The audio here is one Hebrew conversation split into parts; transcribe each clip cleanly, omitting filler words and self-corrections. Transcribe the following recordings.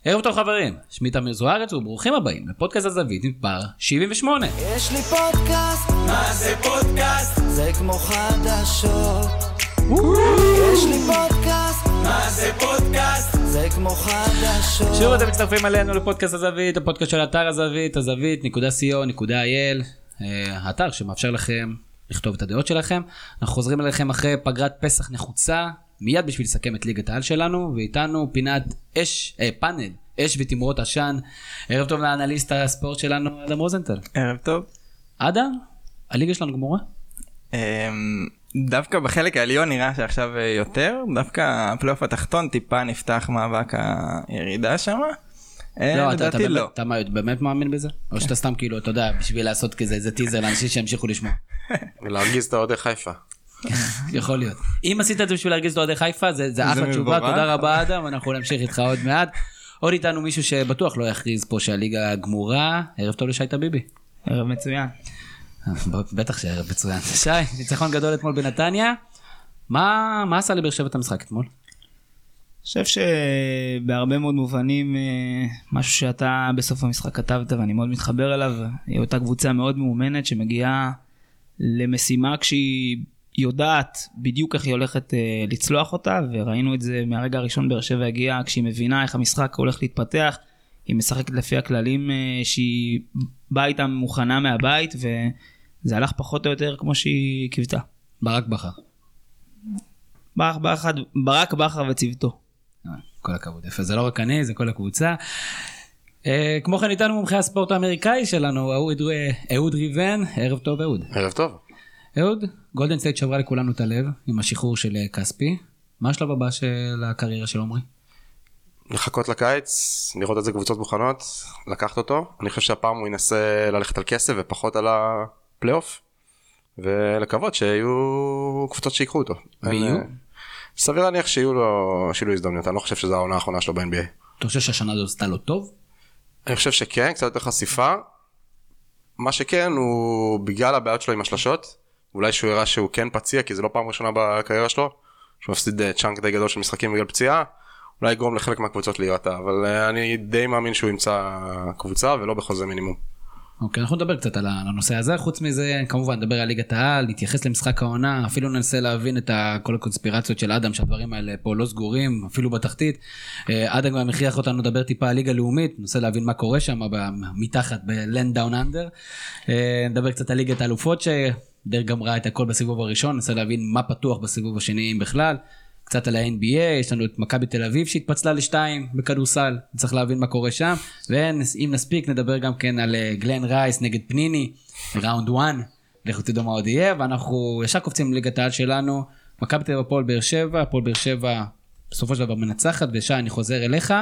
ערב טוב חברים, שמי תמיר זוארץ וברוכים הבאים לפודקאסט הזווית מספר 78. יש לי פודקאסט, מה זה פודקאסט? זה כמו חדשות. יש לי פודקאסט, מה זה פודקאסט? זה כמו חדשות. שוב אתם מצטרפים עלינו לפודקאסט הזווית, הפודקאסט של אתר הזווית, הזווית.co.il, האתר שמאפשר לכם לכתוב את הדעות שלכם. אנחנו חוזרים אליכם אחרי פגרת פסח נחוצה, מיד בשביל לסכם את ליגת העל שלנו, ואיתנו פינת פאנל אש ותמרות עשן. ערב טוב לאנליסט הספורט שלנו, אדם רוזנטל. ערב טוב. אדם, הליגה שלנו גמורה? דווקא בחלק העליון נראה שעכשיו יותר, דווקא הפלייאוף התחתון טיפה נפתח מאבק הירידה שם. לא, אתה באמת מאמין בזה? או שאתה סתם כאילו, אתה יודע, בשביל לעשות כזה, איזה טיזר לאנשים שימשיכו לשמוע. ולהרגיז את אוהדי חיפה. יכול להיות. אם עשית את זה בשביל להרגיז את אוהדי חיפה, זה אחלה תשובה, תודה רבה אדם, אנחנו נמשיך איתך עוד מעט. עוד איתנו מישהו שבטוח לא יכריז פה שהליגה גמורה. ערב טוב לשי טביבי. ערב מצוין. בטח שערב מצוין. שי, ניצחון גדול אתמול בנתניה. מה עשה לבאר שבע את המשחק אתמול? אני חושב שבהרבה מאוד מובנים, משהו שאתה בסוף המשחק כתבת ואני מאוד מתחבר אליו, היא אותה קבוצה מאוד מאומנת שמגיעה למשימה כשהיא יודעת בדיוק איך היא הולכת לצלוח אותה, וראינו את זה מהרגע הראשון. באר שבע הגיעה כשהיא מבינה איך המשחק הולך להתפתח, היא משחקת לפי הכללים שהיא באה איתם מוכנה מהבית, וזה הלך פחות או יותר כמו שהיא קיוותה. ברק בכר וצוותו. כל הכבוד, יפה, זה לא רק אני, זה כל הקבוצה. כמו כן איתנו מומחי הספורט האמריקאי שלנו, אהוד ריבן. ערב טוב אהוד. ערב טוב. אהוד, גולדן סטייט שברה לכולנו את הלב עם השחרור של כספי. מה השלב הבא של הקריירה של עומרי? לחכות לקיץ, לראות את זה קבוצות מוכנות, לקחת אותו. אני חושב שהפעם הוא ינסה ללכת על כסף ופחות על הפלייאוף, ולקוות שיהיו קבוצות שיקחו אותו. ויהיו? סביר להניח שיהיו לו הזדמנות. אני לא חושב שזו העונה האחרונה שלו ב-NBA. אתה חושב שהשנה הזו עשתה לו טוב? אני חושב שכן, קצת יותר חשיפה. מה שכן הוא בגלל הבעיות שלו עם השלשות, אולי שהוא יראה שהוא כן פציע, כי זה לא פעם ראשונה בקריירה שלו, שהוא מפסיד צ'אנק די גדול של משחקים בגלל פציעה, אולי יגרום לחלק מהקבוצות להירתע, אבל אני די מאמין שהוא ימצא קבוצה ולא בחוזה מינימום. אוקיי, אנחנו נדבר קצת על הנושא הזה. חוץ מזה, כמובן, נדבר על ליגת העל, נתייחס למשחק העונה, אפילו ננסה להבין את כל הקונספירציות של אדם, שהדברים האלה פה לא סגורים, אפילו בתחתית. אדם גם מכריח אותנו לדבר טיפה על ליגה לאומית, ננסה להבין מה קורה שם, מתחת, ב-Land Down Under. נדבר קצת על ליגת האלופות, שדר גמרה את הכל בסיבוב הראשון, ננסה להבין מה פתוח בסיבוב השני בכלל. קצת על ה-NBA, יש לנו את מכבי תל אביב שהתפצלה ל2 בכדורסל, צריך להבין מה קורה שם, ואם נספיק נדבר גם כן על גלן רייס נגד פניני, ראונד 1, לכו תדעו מה עוד יהיה, ואנחנו ישר קופצים לליגת העל שלנו, מכבי תל אביב הפועל באר שבע, הפועל באר שבע בסופו של דבר מנצחת, ושי אני חוזר אליך,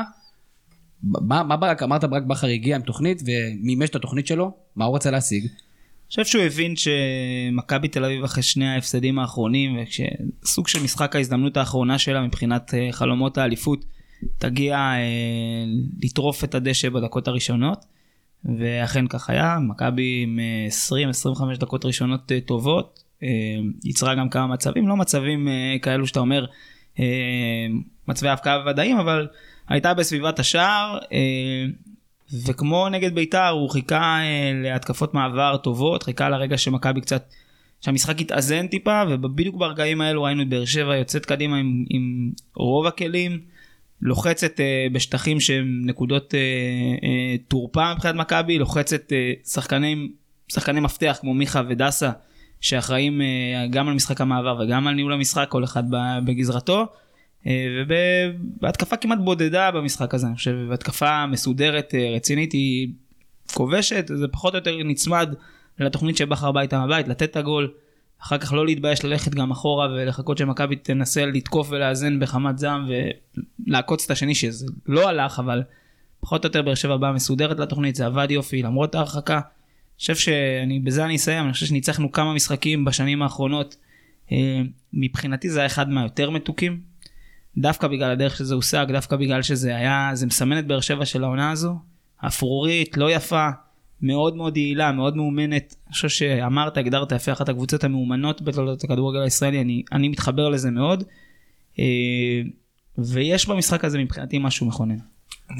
אמרת ברק בכר הגיע עם תוכנית, ומימש את התוכנית שלו, מה הוא רצה להשיג? אני חושב שהוא הבין שמכבי תל אביב אחרי שני ההפסדים האחרונים, וכשסוג של משחק ההזדמנות האחרונה שלה מבחינת חלומות האליפות, תגיע לטרוף את הדשא בדקות הראשונות, ואכן כך היה. מכבי עם 20-25 דקות ראשונות טובות, יצרה גם כמה מצבים, לא מצבים כאלו שאתה אומר, מצבי ההפקעה ודאים, אבל הייתה בסביבת השער, וכמו נגד ביתר, הוא חיכה להתקפות מעבר טובות, חיכה לרגע שמכבי קצת, שהמשחק יתאזן טיפה, ובדיוק ברגעים האלו ראינו את באר שבע יוצאת קדימה עם רוב הכלים, לוחצת בשטחים שהם נקודות תורפה מבחינת מכבי, לוחצת שחקני מפתח כמו מיכה ודסה, שאחראים גם על משחק המעבר וגם על ניהול המשחק, כל אחד בגזרתו, ובהתקפה כמעט בודדה במשחק הזה, אני חושב, בהתקפה מסודרת, רצינית, היא כובשת, זה פחות או יותר נצמד לתוכנית שבחר בית מהבית, לתת את הגול, אחר כך לא להתבייש ללכת גם אחורה, ולחכות שמכבי תנסה לתקוף ולאזן בחמת זעם, ולעקוץ את השני, שזה לא הלך, אבל פחות או יותר באר שבע באה מסודרת לתוכנית, זה עבד יופי, למרות ההרחקה. אני חושב בזה אני אסיים, אני חושב שניצחנו כמה משחקים בשנים האחרונות, מבחינתי זה היה אחד מהיותר מתוקים, דווקא בגלל הדרך שזה הושג, דווקא בגלל שזה היה, זה מסמן את באר שבע של העונה הזו, אפרורית, לא יפה, מאוד מאוד יעילה, מאוד מאומנת. אני חושב שאמרת, הגדרת יפה, אחת הקבוצות המאומנות בתולדות הכדורגל הישראלי, אני מתחבר לזה מאוד, ויש במשחק הזה מבחינתי משהו מכונן.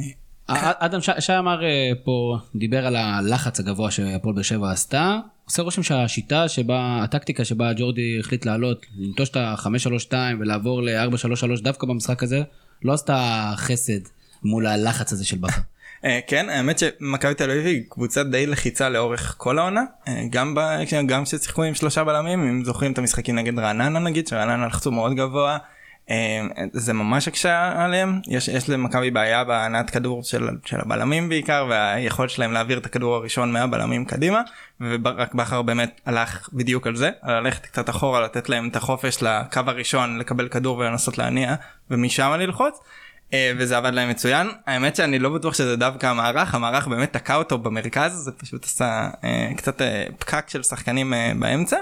אדם שי אמר פה, דיבר על הלחץ הגבוה שהפועל באר שבע עשתה, עושה רושם שהשיטה שבה, הטקטיקה שבה ג'ורדי החליט לעלות, לנטוש את ה-5-3-2 ולעבור ל-4-3-3 דווקא במשחק הזה, לא עשתה חסד מול הלחץ הזה של בכר. כן, האמת שמכבי תל אביב היא קבוצה די לחיצה לאורך כל העונה, גם ששיחקו עם 3 בלמים, אם זוכרים את המשחקים נגד רעננה נגיד, שרעננה לחצו מאוד גבוה, זה ממש הקשה עליהם. יש למכבי בעיה בהנעת כדור של הבלמים בעיקר, והיכולת שלהם להעביר את הכדור הראשון מהבלמים קדימה, ורק בכר באמת הלך בדיוק על זה, ללכת קצת אחורה, לתת להם את החופש לקו הראשון, לקבל כדור ולנסות להניע, ומשם ללחוץ, וזה עבד להם מצוין. האמת שאני לא בטוח שזה דווקא המערך באמת תקע אותו במרכז, זה פשוט עשה קצת פקק של שחקנים באמצע.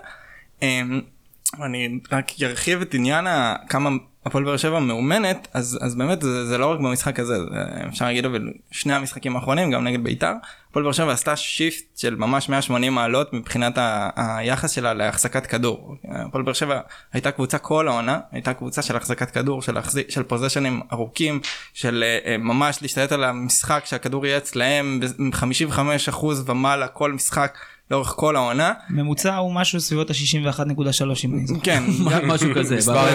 אני רק ירחיב את עניין כמה הפועל באר שבע מאומנת, אז באמת זה לא רק במשחק הזה, אפשר להגיד אבל שני המשחקים האחרונים, גם נגד בית"ר, הפועל באר שבע עשתה שיפט של ממש 180 מעלות מבחינת היחס שלה להחזקת כדור. הפועל באר שבע הייתה קבוצה כל העונה, הייתה קבוצה של החזקת כדור, של פוזיישנים ארוכים, של ממש להשתלט על המשחק שהכדור יהיה אצלהם, 55% ומעלה כל משחק, לאורך כל העונה. ממוצע הוא משהו סביבות ה-61.3 אם אני זוכר. כן. משהו כזה.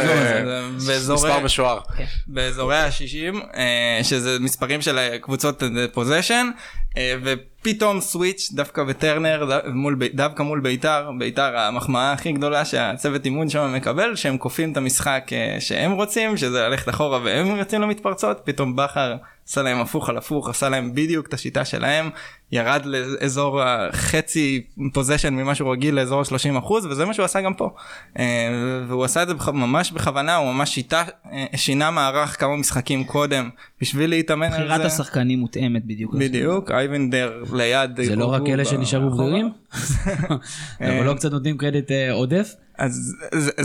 מספר משוער. באזורי ה-60, שזה מספרים של קבוצות פוזיישן, ופתאום סוויץ' דווקא בטרנר, דווקא מול בית"ר, בית"ר המחמאה הכי גדולה שהצוות אימון שם מקבל, שהם קופים את המשחק שהם רוצים, שזה ללכת אחורה והם יוצאים למתפרצות, פתאום בכר עשה להם הפוך על הפוך, עשה להם בדיוק את השיטה שלהם, ירד לאזור חצי פוזיישן ממה שהוא רגיל לאזור 30%, וזה מה שהוא עשה גם פה. והוא עשה את זה ממש בכוונה, הוא ממש שינה מערך כמה משחקים קודם, בשביל להתאמן על זה. בחירת השחקנים מותאמת בדיוק. בדיוק, אייבנדר ליד. זה לא רק אלה שנשארו ברירים? אבל לא קצת נותנים קרדיט עודף? אז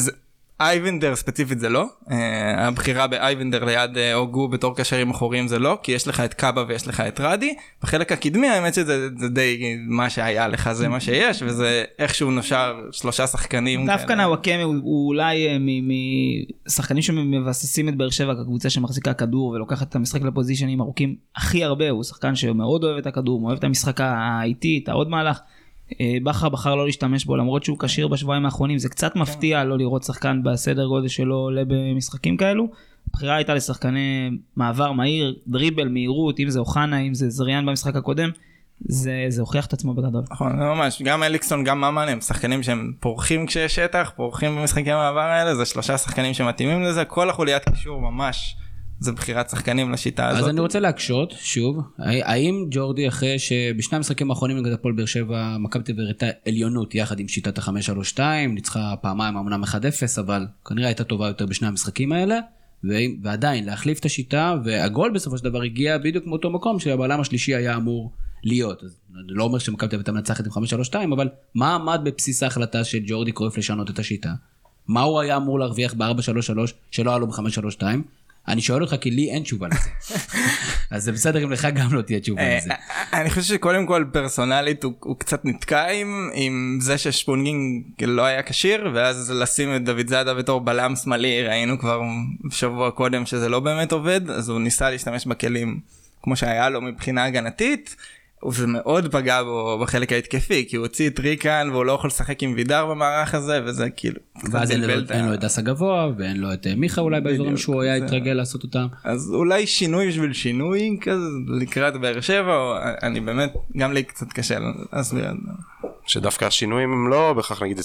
אייבנדר ספציפית זה לא, הבחירה באייבנדר ליד אוגו בתור קשרים אחוריים זה לא, כי יש לך את קאבה ויש לך את רדי, בחלק הקדמי האמת שזה די מה שהיה לך זה מה שיש, וזה איכשהו נושר 3 שחקנים. דווקא נוואקמה הוא אולי משחקנים שמבססים את באר שבע כקבוצה שמחזיקה כדור ולוקחת את המשחק לפוזישנים ארוכים הכי הרבה, הוא שחקן שמאוד אוהב את הכדור, אוהב את המשחק האיטי, את העוד מהלך, בכר בחר לא להשתמש בו למרות שהוא קשיר בשבועיים האחרונים, זה קצת מפתיע לא לראות שחקן בסדר גודל שלו עולה במשחקים כאלו. הבחירה הייתה לשחקני מעבר מהיר, דריבל, מהירות, אם זה אוחנה, אם זה זריאן במשחק הקודם, זה הוכיח את עצמו בגדול. נכון, ממש, גם אליקסון, גם ממן הם שחקנים שהם פורחים כשיש שטח, פורחים במשחקי המעבר האלה, זה 3 שחקנים שמתאימים לזה, כל החוליית קישור ממש זה בחירת שחקנים לשיטה הזאת. אז אני רוצה להקשות, שוב, האם ג'ורדי אחרי שבשני המשחקים האחרונים נגד הפועל באר שבע, מכבי תל אביב הראתה עליונות יחד עם שיטת ה-5-3-2, ניצחה פעמיים אמנם 1-0, אבל כנראה הייתה טובה יותר בשני המשחקים האלה, ועדיין להחליף את השיטה, והגול בסופו של דבר הגיע בדיוק מאותו מקום שהבלם השלישי היה אמור להיות. אז אני לא אומר שמכבי תל אביב מנצחת עם 5-3-2, אבל מה עמד בבסיס ההחלטה של ג'ורדי קרויף לשנות את השיטה? מה הוא היה אמור להרוויח ב-4-3-3 שלא היה לו ב-5-3-2? אני שואל אותך כי לי אין תשובה לזה. אז זה בסדר אם לך גם לא תהיה תשובה לזה. אני חושב שקודם כל פרסונלית הוא קצת נתקע עם זה ששפונגינג לא היה קשיר, ואז לשים את דוד זאדה בתור בלם שמאלי, ראינו כבר שבוע קודם שזה לא באמת עובד, אז הוא ניסה להשתמש בכלים כמו שהיה לו מבחינה הגנתית, וזה מאוד פגע בו בחלק ההתקפי, כי הוא הוציא את ריקן והוא לא יכול לשחק עם וידר במערך הזה, וזה כאילו... ואז אין לו את דס הגבוה, ואין לו את מיכה אולי באזורים שהוא היה התרגל לעשות אותם. אז אולי שינוי בשביל שינוי, כזה לקראת באר שבע, אני באמת, גם לי קצת קשה להסביר את זה. שדווקא השינויים הם לא בכך, נגיד,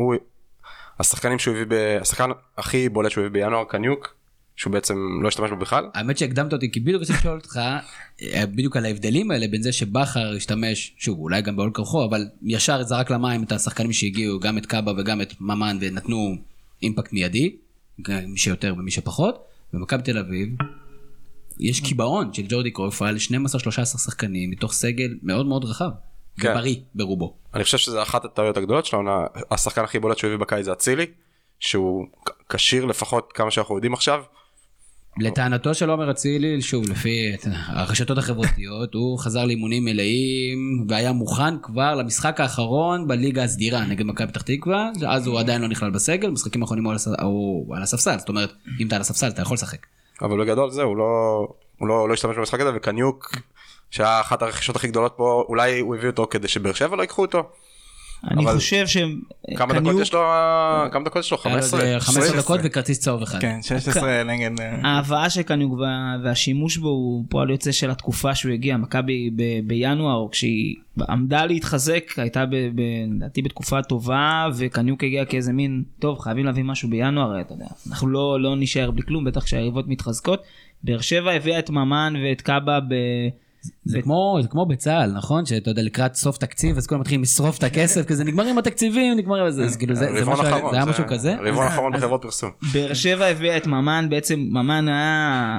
השחקנים שהוא הביא, השחקן הכי בולט שהוא הביא בינואר, קניוק, שהוא בעצם לא השתמש בו בכלל. האמת שהקדמת אותי, כי בדיוק רציתי לשאול אותך, בדיוק על ההבדלים האלה, בין זה שבכר השתמש, שוב, אולי גם בעול כרחו, אבל ישר זרק למים את השחקנים שהגיעו, גם את קאבה וגם את ממן, ונתנו אימפקט מיידי, מי שיותר ומי שפחות, במכבי תל אביב, יש קיבעון של ג'ורדי קרויף על 12-13 שחקנים, מתוך סגל מאוד מאוד רחב, ובריא ברובו. אני חושב שזה אחת הטעויות הגדולות שלנו, השחקן הכי בולט שהוא הביא בקיץ זה אצילי, שהוא קשיר לפחות כמה שאנחנו יודעים עכשיו. לטענתו של עומר אצילי, שוב, לפי הרשתות החברתיות, הוא חזר לאימונים מלאים, והיה מוכן כבר למשחק האחרון בליגה הסדירה נגד מכבי פתח תקווה, אז הוא עדיין לא נכלל בסגל, משחקים האחרונים הוא על הספסל, זאת אומרת, אם אתה על הספסל, אתה יכול לשחק. אבל בגדול זה, הוא לא השתמש במשחק הזה, וקניוק, שהיה אחת הרכישות הכי גדולות פה, אולי הוא הביא אותו כדי שבאר שבע לא ייקחו אותו. אני חושב שהם... כמה דקות יש לו? 15? 15 דקות וכרטיס צהוב אחד. כן, 16 נגד... ההבאה של קניוק והשימוש בו הוא פועל יוצא של התקופה שהוא הגיע. מכבי בינואר, כשהיא עמדה להתחזק, הייתה לדעתי בתקופה טובה, וקניוק הגיע כאיזה מין, טוב, חייבים להביא משהו בינואר, אתה יודע. אנחנו לא נשאר בלי כלום, בטח שהיריבות מתחזקות. באר שבע הביאה את ממן ואת קאבה זה כמו בצהל, נכון? שאתה יודע, לקראת סוף תקציב, אז כולם מתחילים לשרוף את הכסף, כזה נגמרים התקציבים, נגמרים את זה, אז כאילו זה היה משהו כזה. רבעון אחרון בחברות פרסום. באר שבע הביאה את ממן, בעצם ממן היה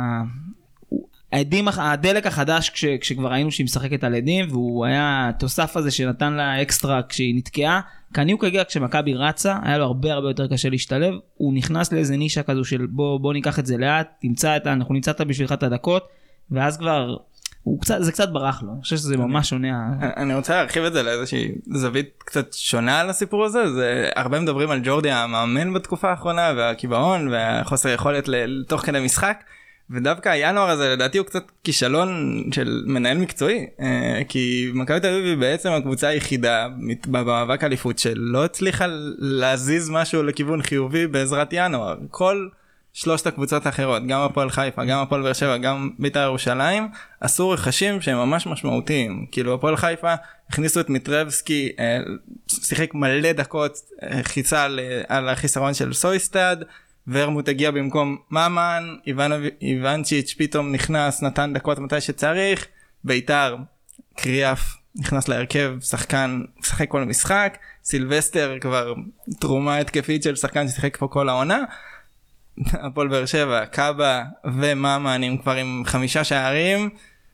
הדלק החדש כשכבר ראינו שהיא משחקת על עדים, והוא היה תוסף הזה שנתן לה אקסטרה כשהיא נתקעה. קניוק הגיע כשמכבי רצה, היה לו הרבה יותר קשה להשתלב, הוא נכנס לאיזה נישה כזו של בוא ניקח את זה לאט, אנחנו נמצא אותה בשבילך את הדקות, ואז כבר זה קצת ברח לו, אני חושב שזה ממש שונה. אני רוצה להרחיב את זה לאיזושהי זווית קצת שונה על הסיפור הזה. זה הרבה מדברים על ג'ורדי המאמן בתקופה האחרונה, והקיבעון והחוסר יכולת לתוך כדי משחק, ודווקא הינואר הזה לדעתי הוא קצת כישלון של מנהל מקצועי, כי מכבי תל אביב היא בעצם הקבוצה היחידה במאבק אליפות שלא הצליחה להזיז משהו לכיוון חיובי בעזרת ינואר. כל שלושת הקבוצות האחרות, גם הפועל חיפה, גם הפועל באר שבע, גם בית"ר ירושלים, עשו רכשים שהם ממש משמעותיים. כאילו הפועל חיפה הכניסו את מיטרבסקי, שיחק מלא דקות, חיצה על החיסרון של סויסטד, ורמוט הגיע במקום ממן, איוונצ'יץ' פתאום נכנס, נתן דקות מתי שצריך, בית"ר, קריאף נכנס להרכב, שחקן, משחק כל המשחק, סילבסטר כבר תרומה התקפית של שחקן ששיחק פה כל העונה, הפועל באר שבע, קאבה וממן הם כבר עם 5 שערים,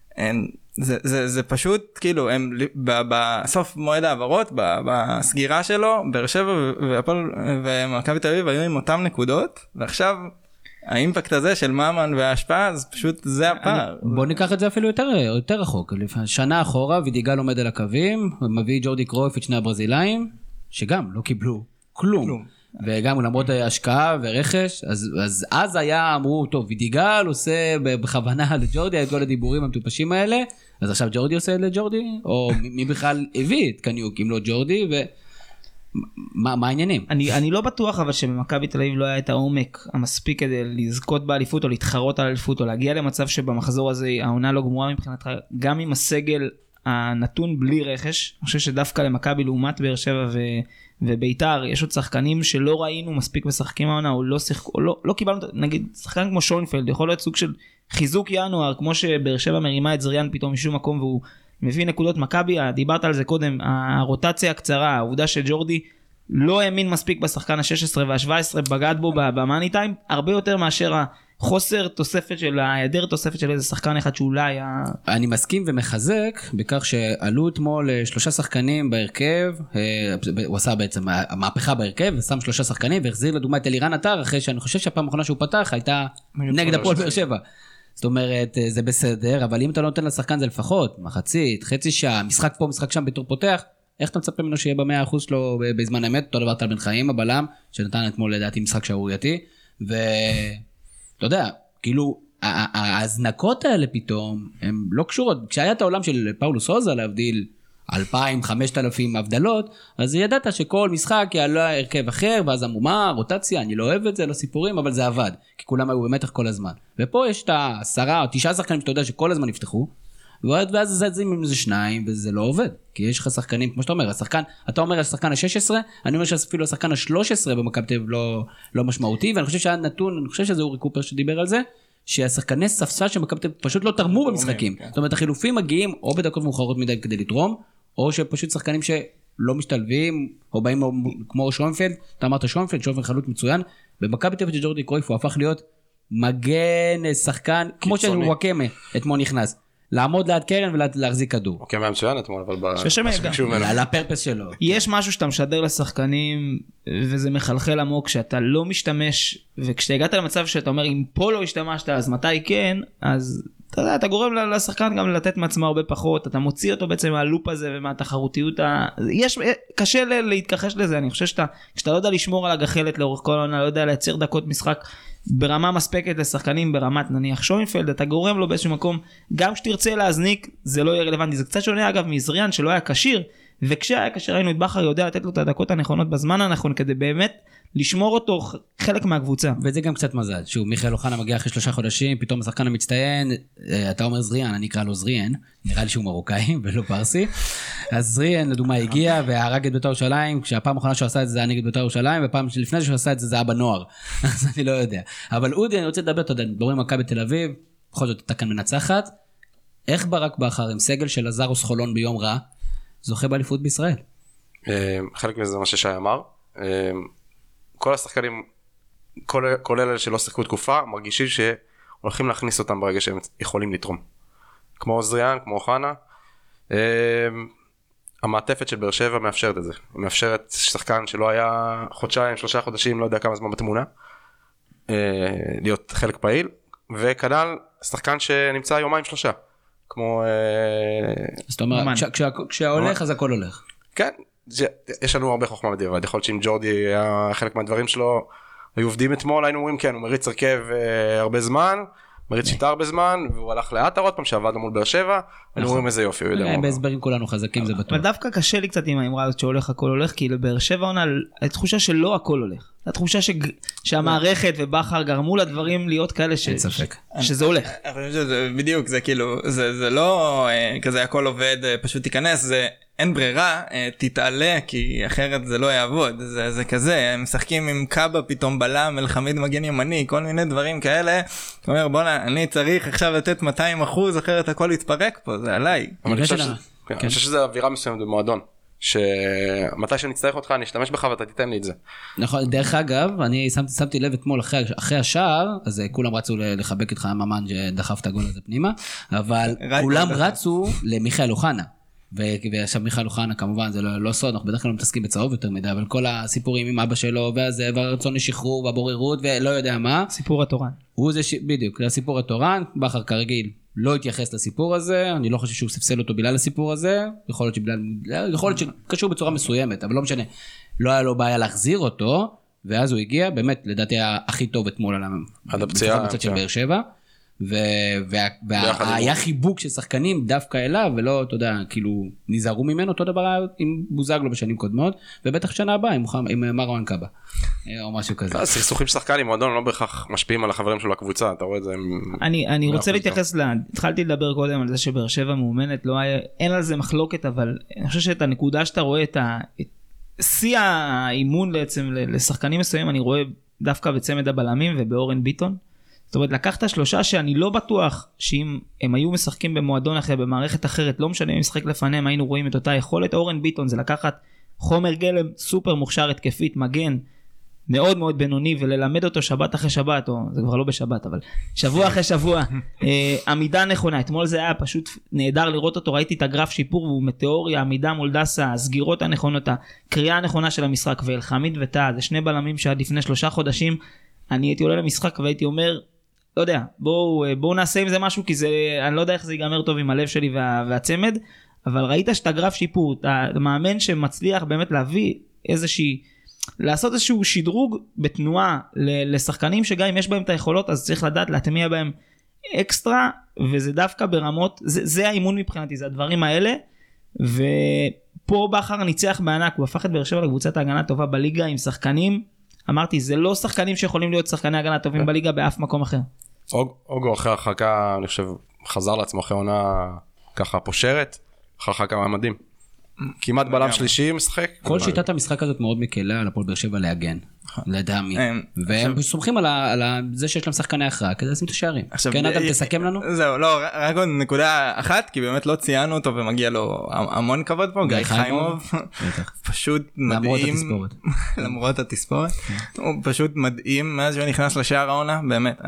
זה פשוט כאילו הם בסוף מועד העברות, בסגירה שלו, באר שבע ומכבי תל אביב היו עם אותם נקודות, ועכשיו האימפקט הזה של ממן וההשפעה, אז פשוט זה הפער. בוא ניקח את זה אפילו יותר רחוק, שנה אחורה וידיגל עומד על הקווים, מביא ג'ורדי קרויף את שני הברזילאים, שגם לא קיבלו כלום. וגם למרות השקעה ורכש, אז היה, אמרו, טוב, וידיגל עושה בכוונה לג'ורדי, את כל הדיבורים המטופשים האלה, אז עכשיו ג'ורדי עושה לג'ורדי, או מי בכלל הביא את קניוק, אם לא ג'ורדי, ומה העניינים? אני לא בטוח, אבל שבמכבי תל אביב לא היה את העומק המספיק כדי לזכות באליפות, או להתחרות על אליפות, או להגיע למצב שבמחזור הזה העונה לא גמורה מבחינתך, גם עם הסגל הנתון בלי רכש. אני חושב שדווקא למכבי לעומת באר שבע וביתר, יש עוד שחקנים שלא ראינו מספיק משחקים העונה, או לא קיבלנו, נגיד, שחקן כמו שוינפלד, יכול להיות סוג של חיזוק ינואר, כמו שבאר שבע מרימה את זריאן פתאום משום מקום, והוא מביא נקודות. מכבי, דיברת על זה קודם, הרוטציה הקצרה, העובדה שג'ורדי לא האמין מספיק בשחקן ה-16 וה-17, בגד בו במאני טיים, הרבה יותר מאשר חוסר תוספת של ההיעדר תוספת של איזה שחקן אחד שאולי היה... אני מסכים ומחזק בכך שעלו אתמול 3 שחקנים בהרכב, הוא עשה בעצם המהפכה בהרכב ושם 3 שחקנים והחזיר לדוגמה את אלירן עטר, אחרי שאני חושב שהפעם האחרונה שהוא פתח הייתה נגד הפועל באר שבע. זאת אומרת זה בסדר, אבל אם אתה לא נותן לשחקן זה לפחות מחצית, חצי שעה, משחק פה משחק שם בתור פותח, איך אתה מצפה ממנו שיהיה ב100% שלו בזמן האמת? אותו דבר טל בן חיים הבלם שנתן אתמול לדעתי משחק שערורייתי, אתה יודע, כאילו, ההזנקות האלה פתאום, הן לא קשורות. כשהיה את העולם של פאולוס הוזה להבדיל 2,000, 5,000 הבדלות, אז ידעת שכל משחק יעלה הרכב אחר, ואז אמרו, רוטציה, אני לא אוהב את זה, לא סיפורים, אבל זה עבד. כי כולם היו במתח כל הזמן. ופה יש את 10 או 9 שחקנים שאתה יודע שכל הזמן יפתחו, ואז זה עם איזה 2, וזה לא עובד. כי יש לך שחקנים, כמו שאתה אומר, אתה אומר השחקן ה-16, אני אומר שאפילו השחקן ה-13 במכבי תל אביב לא משמעותי, ואני חושב שהנתון, אני חושב שזה אורי קופר שדיבר על זה, שהשחקני ספסל של מכבי תל אביב פשוט לא תרמו במשחקים. זאת אומרת, החילופים מגיעים או בדקות מאוחרות מדי כדי לתרום, או שפשוט שחקנים שלא משתלבים, או באים כמו שוינפלד, אתה אמרת שוינפלד חלוץ מצוין, במכבי תל אביב ג'ורדי קרויף הוא הפך להיות מגן שחקן, כמו שהוא וואקמה אתמול נכנס. לעמוד ליד קרן ולהחזיק כדור. אוקיי, מה מצוין אתמול, אבל על הפרפס שלו. יש משהו שאתה משדר לשחקנים, וזה מחלחל עמוק, שאתה לא משתמש, וכשאתה הגעת למצב שאתה אומר, אם פה לא השתמשת, אז מתי כן, אז אתה יודע, אתה גורם לשחקן גם לתת מעצמו הרבה פחות, אתה מוציא אותו בעצם מהלופ הזה, ומהתחרותיות, קשה להתכחש לזה, אני חושב שאתה לא יודע לשמור על הגחלת לאורך כל העונה, לא יודע לייצר דקות משחק, ברמה מספקת לשחקנים ברמת נניח שוינפלד, אתה גורם לו באיזשהו מקום, גם כשתרצה להזניק זה לא יהיה רלוונטי, זה קצת שונה אגב מזריאן שלא היה קשיר, וכשהיה קשיר ראינו את בכר יודע לתת לו את הדקות הנכונות בזמן הנכון, כדי באמת לשמור אותו חלק מהקבוצה. וזה גם קצת מזל, שוב, מיכאל אוחנה מגיע אחרי 3 חודשים, פתאום השחקן המצטיין, אתה אומר זריאן, אני אקרא לו זריאן, נראה לי שהוא מרוקאי ולא פרסי, אז זריאן לדוגמה הגיע והרג את בית"ר ירושלים, כשהפעם האחרונה שהוא עשה את זה היה נגד בית"ר ירושלים, ופעם לפני שהוא עשה את זה היה בנוער, אז אני לא יודע. אבל אודי, אני רוצה לדבר, אתה יודע, דברים מכבי בתל אביב, בכל זאת אתה כאן מנצחת, איך ברק בכר עם סגל של לזרוס חולון ביום רע, זוכה באליפות בישראל? חלק מזה מה ששי אמר. כל השחקנים, כל אלה שלא שיחקו תקופה, מרגישים שהולכים להכניס אותם ברגע שהם יכולים לתרום. כמו זריאן, כמו אוחנה. המעטפת של באר שבע מאפשרת את זה. היא מאפשרת שחקן שלא היה חודשיים, 3 חודשים, לא יודע כמה זמן בתמונה, להיות חלק פעיל, וכנ"ל שחקן שנמצא 2-3. כמו... זאת אומרת, כשהולך אז הכל הולך. כן, יש לנו הרבה חוכמה בדיעבד, יכול להיות שאם ג'ורדי היה חלק מהדברים שלו, היו עובדים אתמול, היינו אומרים כן, הוא מריץ הרכב הרבה זמן, מריץ שיטה הרבה זמן, והוא הלך לאט עוד פעם שעבדנו מול באר שבע, היינו אומרים איזה יופי, הוא יודע מה. בהסברים כולנו חזקים, זה בטוח. אבל דווקא קשה לי קצת עם האמרה הזאת שהולך הכל הולך, כי לבאר שבע עונה, התחושה שלא הכל הולך. התחושה שהמערכת ובכר גרמו לדברים להיות כאלה שזה הולך. בדיוק, זה כאילו, זה לא כזה הכל עובד, פשוט תיכנס, זה אין ברירה, תתעלה, כי אחרת זה לא יעבוד. זה כזה, הם משחקים עם קאבה פתאום בלם, אלחמיד מגן ימני, כל מיני דברים כאלה. אתה אומר, בוא'נה, אני צריך עכשיו לתת 200%, אחרת הכל יתפרק פה, זה עליי. אני חושב שזה אווירה מסוימת במועדון. שמתי שנצטרך אותך אני אשתמש בך ואתה תיתן לי את זה. נכון, דרך אגב, אני שמתי לב אתמול אחרי השער, אז כולם רצו לחבק את חממן שדחף את הגול הזה פנימה, אבל כולם רצו למיכאל אוחנה, ועכשיו מיכאל אוחנה כמובן זה לא סוד, אנחנו בדרך כלל לא מתעסקים בצהוב יותר מדי, אבל כל הסיפורים עם אבא שלו והרצון לשחרור והבוררות ולא יודע מה. סיפור התורן. בדיוק, זה הסיפור התורן, בכר כרגיל. לא התייחס לסיפור הזה, אני לא חושב שהוא ספסל אותו בגלל הסיפור הזה, יכול להיות שקשור בצורה מסוימת, אבל לא משנה, לא היה לו בעיה להחזיר אותו, ואז הוא הגיע, באמת, לדעתי היה הכי טוב אתמול עד הפציעה, בצד של באר שבע, והיה חיבוק של שחקנים דווקא אליו, ולא, אתה יודע, כאילו, נזהרו ממנו, אותו דבר עם בוזגלו בשנים קודמות, ובטח שנה הבאה עם מרואן קאבה, או משהו כזה. סכסוכים שחקנים, מועדון לא בהכרח משפיעים על החברים שלו לקבוצה, אתה רואה את זה? אני רוצה להתייחס, התחלתי לדבר קודם על זה שבאר שבע מאומנת, אין על זה מחלוקת, אבל אני חושב שאת הנקודה שאתה רואה את שיא האימון בעצם לשחקנים מסוימים, אני רואה דווקא בצמד הבלמים ובאורן ביטון. זאת אומרת, לקחת 3 שאני לא בטוח שאם הם היו משחקים במועדון אחר, במערכת אחרת, לא משנה אם משחק לפניהם, היינו רואים את אותה יכולת. אורן ביטון זה לקחת חומר גלם סופר מוכשר התקפית, מגן מאוד מאוד בינוני, וללמד אותו שבת אחרי שבת, או זה כבר לא בשבת, אבל שבוע אחרי שבוע, עמידה נכונה. אתמול זה היה פשוט נהדר לראות אותו, ראיתי את הגרף שיפור, והוא מתיאוריה, עמידה מול דסה, הסגירות הנכונות, הקריאה הנכונה של המשחק, ואלחמיד וטאה, זה 2 בלמים שעד לפני 3 חודשים, אני הייתי עולה למשחק והייתי אומר, לא יודע, בואו נעשה עם זה משהו, כי זה, אני לא יודע איך זה ייגמר טוב עם הלב שלי והצמד, אבל ראית שאתה גרף שיפור, אתה מאמן שמצליח באמת להביא לעשות איזשהו שדרוג בתנועה לשחקנים שגם אם יש בהם את היכולות, אז צריך לדעת להטמיע בהם אקסטרה, וזה דווקא ברמות, זה האימון מבחינתי, זה הדברים האלה, ופה בכר ניצח בענק, הוא הפך את באר שבע לקבוצת ההגנה טובה בליגה עם שחקנים, אמרתי, זה לא שחקנים שיכולים להיות שחקני הגנה טובים בליגה באף מקום אחר. אוגו אחרי הרחקה, אני חושב, חזר לעצמו אחרי עונה ככה פושרת, אחרי הרחקה מהמדים. כמעט בלם שלישי משחק. כל שיטת המשחק הזאת מאוד מקלה על הפועל באר שבע להגן, לדעמי. והם סומכים על זה שיש להם שחקני הכרעה, כדי לשים את השערים. כן, אדם, תסכם לנו? זהו, לא, רק עוד נקודה אחת, כי באמת לא ציינו אותו ומגיע לו המון כבוד פה, גיא חיימוב, פשוט מדהים. למרות התספורת. הוא פשוט מדהים, מאז שהוא נכנס לשער העונה, באמת,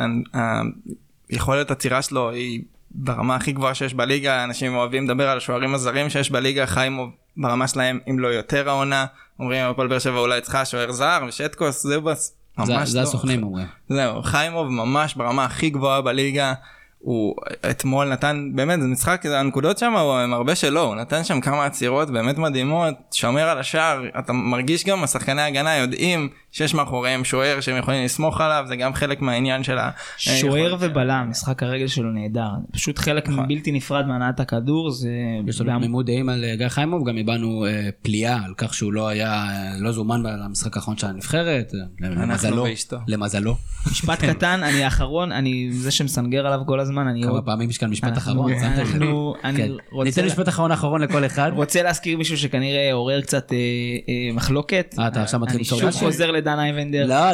יכולת הצירה שלו היא ברמה הכי גבוהה שיש בליגה, אנשים אוהבים לדבר על השוערים הזרים שיש בליגה, חיימוב ברמה שלהם, אם לא יותר העונה, אומרים, הפועל באר שבע אולי צריכה שוער זר, ושטקוס, זהו בס, ממש זה הסוכנים אומרים. זהו, חיימוב ממש ברמה הכי גבוהה בליגה, הוא אתמול נתן, באמת, זה משחק, הנקודות שם הם הרבה שלו, הוא נתן שם כמה עצירות באמת מדהימות, שומר על השער, אתה מרגיש גם, השחקני ההגנה יודעים שיש מאחוריהם שוער שהם יכולים לסמוך עליו, זה גם חלק מהעניין של שוער ובלם, משחק הרגל שלו נהדר, פשוט חלק בלתי נפרד מהנעת הכדור, זה... יש לנו תמימות דעים על גיא חיימוב, גם הבאנו פליאה על כך שהוא לא זומן למשחק האחרון של הנבחרת, למזלו. משפט קטן, אני האחרון, אני זה שמסנגר עליו כל הזמן, כמה פעמים יש כאן משפט אחרון, ניתן משפט אחרון לכל אחד. רוצה להזכיר מישהו שכנראה עורר קצת מחלוקת, אתה עכשיו מתחיל אני שוב חוזר לדן אייבנדר. לא,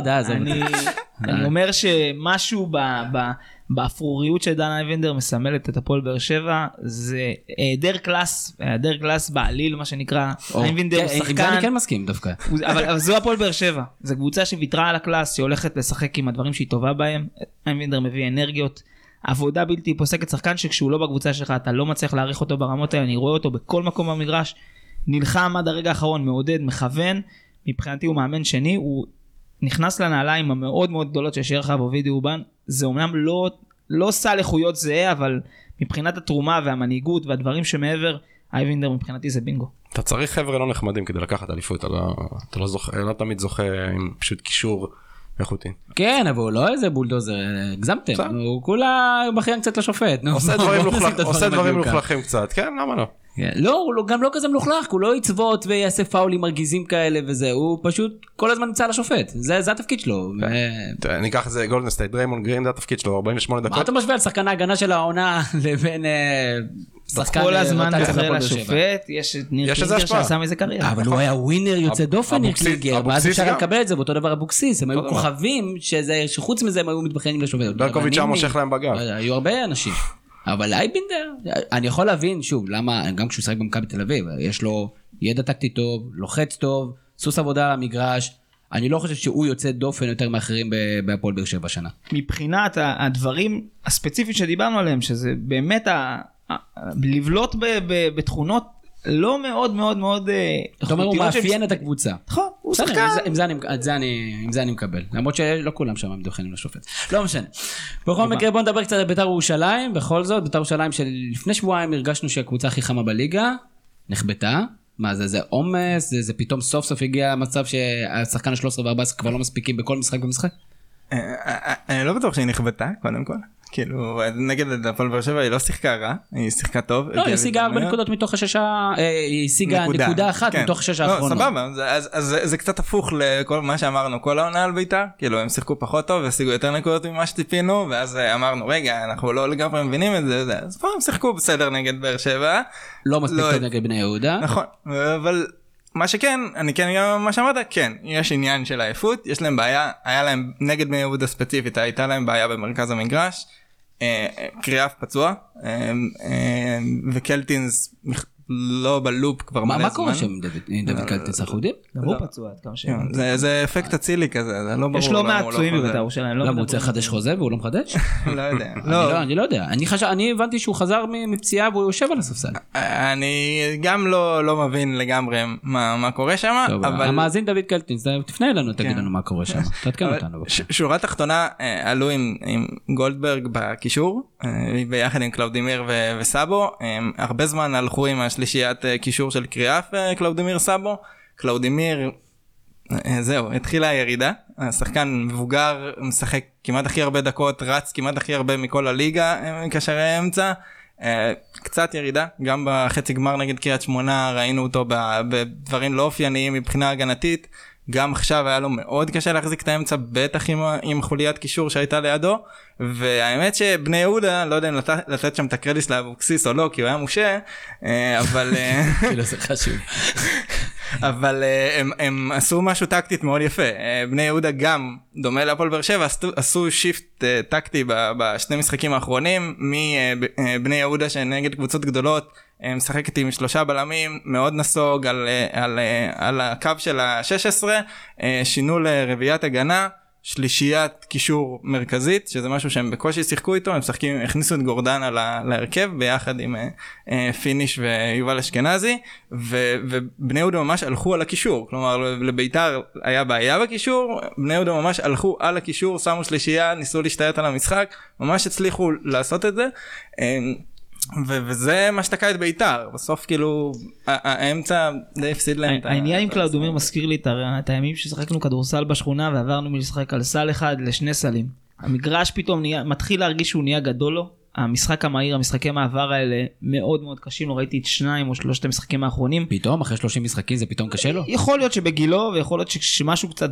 אני אומר שמשהו באפרוריות של דן אייבנדר מסמלת את הפועל באר שבע, זה היעדר קלאס בעליל, מה שנקרא. אייבנדר הוא שחקן... עם זה אני כן מסכים דווקא. אבל זו הפועל באר שבע. זו קבוצה שוויתרה על הקלאס, שהולכת לשחק עם הדברים שהיא טובה בהם. אייבנדר מביא אנרגיות. עבודה בלתי פוסקת, שחקן שכשהוא לא בקבוצה שלך, אתה לא מצליח להעריך אותו ברמות האלה, אני רואה אותו בכל מקום במגרש, נלחם עד הרגע האחרון, מעודד, מכוון, מבחינתי הוא מאמן שני, הוא נכנס לנעליים המאוד מאוד גדולות של שרחה ואובידי אובן, זה אומנם לא סל איכויות זהה, אבל מבחינת התרומה והמנהיגות והדברים שמעבר, אייבנדר מבחינתי זה בינגו. אתה צריך חבר'ה לא נחמדים כדי לקחת אליפות, אתה לא תמיד זוכה עם פשוט קישור איכותי. כן, אבל הוא לא איזה בולדוזר, הגזמתם, הוא כולה בכיין קצת לשופט. עושה דברים מלוכלכים קצת, כן, למה לא? לא, הוא גם לא כזה מלוכלך, הוא לא יצוות ויעשה פאולים מרגיזים כאלה וזה, הוא פשוט כל הזמן נמצא לשופט, זה התפקיד שלו. ניקח את זה גולדן סטייט, דריימונד גרין זה התפקיד שלו, 48 דקות. מה אתה משווה על שחקן ההגנה של העונה לבין שחקן כל הזמן בוחר לשופט, יש את ניר קליגר שעשה מזה קריירה. אבל הוא היה ווינר יוצא דופן ניר קליגר, ואז אפשר לקבל את זה, ואותו דבר אבוקסיס, הם היו כוכבים, שחוץ מזה הם היו מתבחנים לשופט. ברקוביץ' שם מושך להם בגב. היו הרבה אנשים. אבל אייבנדר, אני יכול להבין, שוב, למה, גם כשהוא שחק במכבי תל אביב, יש לו ידע טקטי טוב, לוחץ טוב, סוס עבודה על המגרש, אני לא חושב שהוא יוצא דופן יותר מאחרים בהפועל באר שבע השנה. מבחינת הדברים הספציפיים שדיברנו עליהם, שזה באמת לבלוט בתכונות לא מאוד מאוד מאוד... זאת אומרת, הוא מאפיין את הקבוצה. נכון, הוא שחקן. עם זה אני מקבל. למרות שלא כולם שם מדווחנים לשופט. לא משנה. בכל מקרה, בוא נדבר קצת על בית"ר ירושלים. בכל זאת, בית"ר ירושלים שלפני שבועיים הרגשנו שהקבוצה הכי חמה בליגה, נחבטה. מה זה עומס? זה פתאום סוף סוף הגיע המצב שהשחקן ה-13 ו-14 כבר לא מספיקים בכל משחק ומשחק? אני לא בטוח שהיא נחבטה, קודם כל. כאילו, נגד הפועל באר שבע היא לא שיחקה רע, היא שיחקה טוב. לא, היא השיגה 4 נקודות מתוך הששה, היא השיגה נקודה אחת מתוך הששה האחרונות. לא, סבבה, אז זה קצת הפוך לכל מה שאמרנו, כל העונה על בית"ר, כאילו הם שיחקו פחות טוב, והשיגו יותר נקודות ממה שטיפינו, ואז אמרנו, רגע, אנחנו לא לגמרי מבינים את זה, אז פה הם שיחקו בסדר נגד באר שבע. לא מספיק טוב נגד בני יהודה. נכון, אבל... מה שכן, אני כן גם מה שאמרת, כן, יש עניין של העייפות, יש להם בעיה, היה להם נגד בני יהודה ספציפית, הייתה להם בעיה במרכז המגרש, קריאף פצוע, וקלטינס לא בלופ כבר מלא זמן. מה קורה שם עם דוד קלטינס? אנחנו יודעים? הוא פצוע עד כמה שהם. זה אפקט אצילי כזה, זה לא ברור. יש לא מעט פצועים בבית"ר ירושלים. למה הוא צריך לחדש חוזה והוא לא מחדש? לא יודע. אני לא יודע. אני הבנתי שהוא חזר מפציעה והוא יושב על הספסל. אני גם לא מבין לגמרי מה קורה שם. המאזין דוד קלטינס, תפנה אלינו, תגיד לנו מה קורה שם. תעדכן אותנו. שורה תחתונה עלו עם גולדברג בקישור, ביחד עם קלאודימיר וסאבו. הרבה זמן הלכו עם השלישיית קישור של קריאף, קלאודימיר סאבו. קלאודימיר, זהו, התחילה הירידה. השחקן מבוגר, משחק כמעט הכי הרבה דקות, רץ כמעט הכי הרבה מכל הליגה, קשרי אמצע. קצת ירידה, גם בחצי גמר נגד קריית שמונה ראינו אותו בדברים לא אופייניים מבחינה הגנתית. גם עכשיו היה לו מאוד קשה להחזיק את האמצע, בטח עם חוליית קישור שהייתה לידו, והאמת שבני יהודה, לא יודע אם לתת שם את הקרדיט לאבוקסיס או לא, כי הוא היה מושה, אבל... כאילו זה חשוב. אבל הם עשו משהו טקטית מאוד יפה. בני יהודה גם, דומה להפועל באר שבע, עשו שיפט טקטי בשני משחקים האחרונים, מבני יהודה שנגד קבוצות גדולות, משחקת עם 3 בלמים, מאוד נסוג על הקו של ה-16, שינו לרביעיית הגנה, שלישיית קישור מרכזית, שזה משהו שהם בקושי שיחקו איתו, הם משחקים, הכניסו את גורדנה להרכב, ביחד עם פיניש ויובל אשכנזי, ובני יהודה ממש הלכו על הקישור, כלומר לביתר היה בעיה בקישור, בני יהודה ממש הלכו על הקישור, שמו שלישייה, ניסו להשתלט על המשחק, ממש הצליחו לעשות את זה, וזה מה שתקע את ביתר, בסוף כאילו האמצע די הפסיד להם. העניין עם קלאודומיר מזכיר לי את הימים ששחקנו כדורסל בשכונה ועברנו מלשחק על סל אחד לשני סלים. המגרש פתאום מתחיל להרגיש שהוא נהיה גדול לו, המשחק המהיר, המשחקי מעבר האלה מאוד מאוד קשים, לא ראיתי את 2 או 3 המשחקים האחרונים. פתאום אחרי 30 משחקים זה פתאום קשה לו? יכול להיות שבגילו, ויכול להיות שמשהו קצת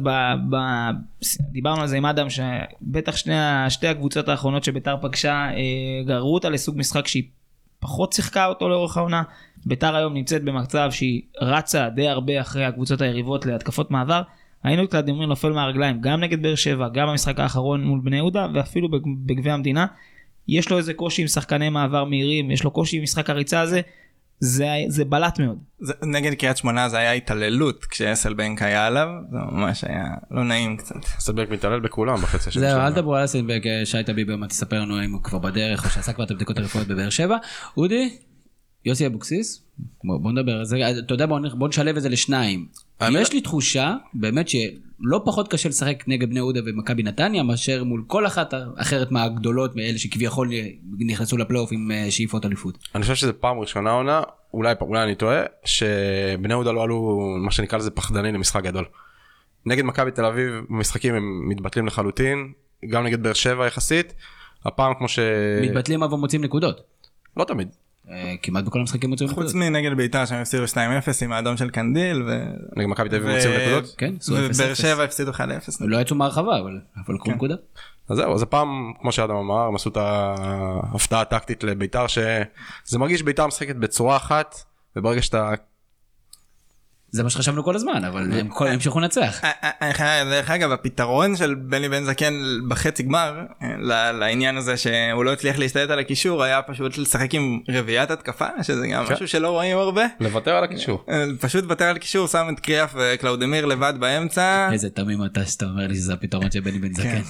דיברנו על זה עם אדם, שבטח שתי הקבוצות האחרונות שביתר פגשה גררו אותה לסוג משחק שהיא פחות שיחקה אותו לאורך העונה. ביתר היום נמצאת במצב שהיא רצה די הרבה אחרי הקבוצות היריבות להתקפות מעבר. היינו את קלאודומיר נופל מהרגליים, גם נגד באר שבע, גם במשחק האחרון מול בני יהודה, ואפילו בגביע המדינה. יש לו איזה קושי עם שחקני מעבר מהירים, יש לו קושי עם משחק הריצה הזה, זה בלט מאוד. נגד קריית שמונה זה היה התעללות, כשאסלבנק היה עליו, זה ממש היה לא נעים קצת. אסלבנק מתעלל בכולם בחצי השני. זהו, אל תדברו על אסלבנק, שי תביב, מה תספר לנו אם הוא כבר בדרך, או שעשה כבר את הבדיקות הרפואיות בבאר שבע. אודי, יוסי אבוקסיס, בוא נדבר, אתה יודע, בוא נשלב את זה לשניים. יש לי תחושה, באמת שלא פחות קשה לשחק נגד בני יהודה ומכבי נתניה, מאשר מול כל אחת אחרת מהגדולות, מאלה שכביכול נכנסו לפלייאוף עם שאיפות אליפות. אני חושב שזה פעם ראשונה עונה, אולי אני טועה, שבני יהודה לא עלו, מה שנקרא לזה פחדני למשחק גדול. נגד מכבי תל אביב, במשחקים הם מתבטלים לחלוטין, גם נגד באר שבע יחסית, הפעם כמו מתבטלים אבל מוצאים נקודות. לא תמיד. כמעט בכל המשחקים מוצאים נקודות. חוץ מנגד ביתר שהם הפסידו 2-0 עם האדום של קנדיל. נגד מכבי תל אביב מוצאים נקודות? כן, ובאר שבע הפסידו 1-0. לא יצאו מהרחבה, אבל לקחו נקודה. אז זהו, אז הפעם, כמו שאדם אמר, הם עשו את ההפתעה הטקטית לביתר, שזה מרגיש ביתר משחקת בצורה אחת, וברגע שאתה... זה מה שחשבנו כל הזמן, אבל הם המשיכו לנצח. דרך אגב, הפתרון של בני בן זקן בחצי גמר, לעניין הזה שהוא לא הצליח להשתלט על הקישור, היה פשוט לשחק עם רביעיית התקפה, שזה גם משהו שלא רואים הרבה. לוותר על הקישור. פשוט לוותר על הקישור, שם את קריאף וקלאודמיר לבד באמצע. איזה תמים אתה שאתה אומר לי שזה הפתרון של בני בן זקן.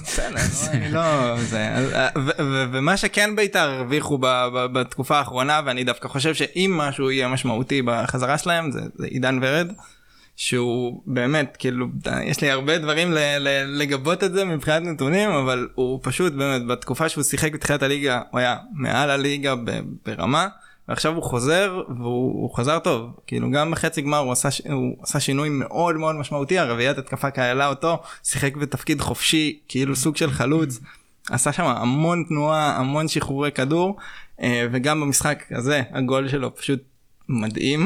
ומה שכן ביתר הרוויחו בתקופה האחרונה, ואני דווקא חושב שאם משהו יהיה משמעותי בחזרה שלהם, זה עידן ורד. שהוא באמת, כאילו, יש לי הרבה דברים לגבות את זה מבחינת נתונים, אבל הוא פשוט באמת, בתקופה שהוא שיחק בתחילת הליגה, הוא היה מעל הליגה ברמה, ועכשיו הוא חוזר, והוא חזר טוב. כאילו, גם בחצי גמר הוא עשה שינוי מאוד מאוד משמעותי, הרביעיית התקפה קהלה אותו, שיחק בתפקיד חופשי, כאילו סוג של חלוץ, עשה שם המון תנועה, המון שחרורי כדור, וגם במשחק הזה, הגול שלו פשוט מדהים,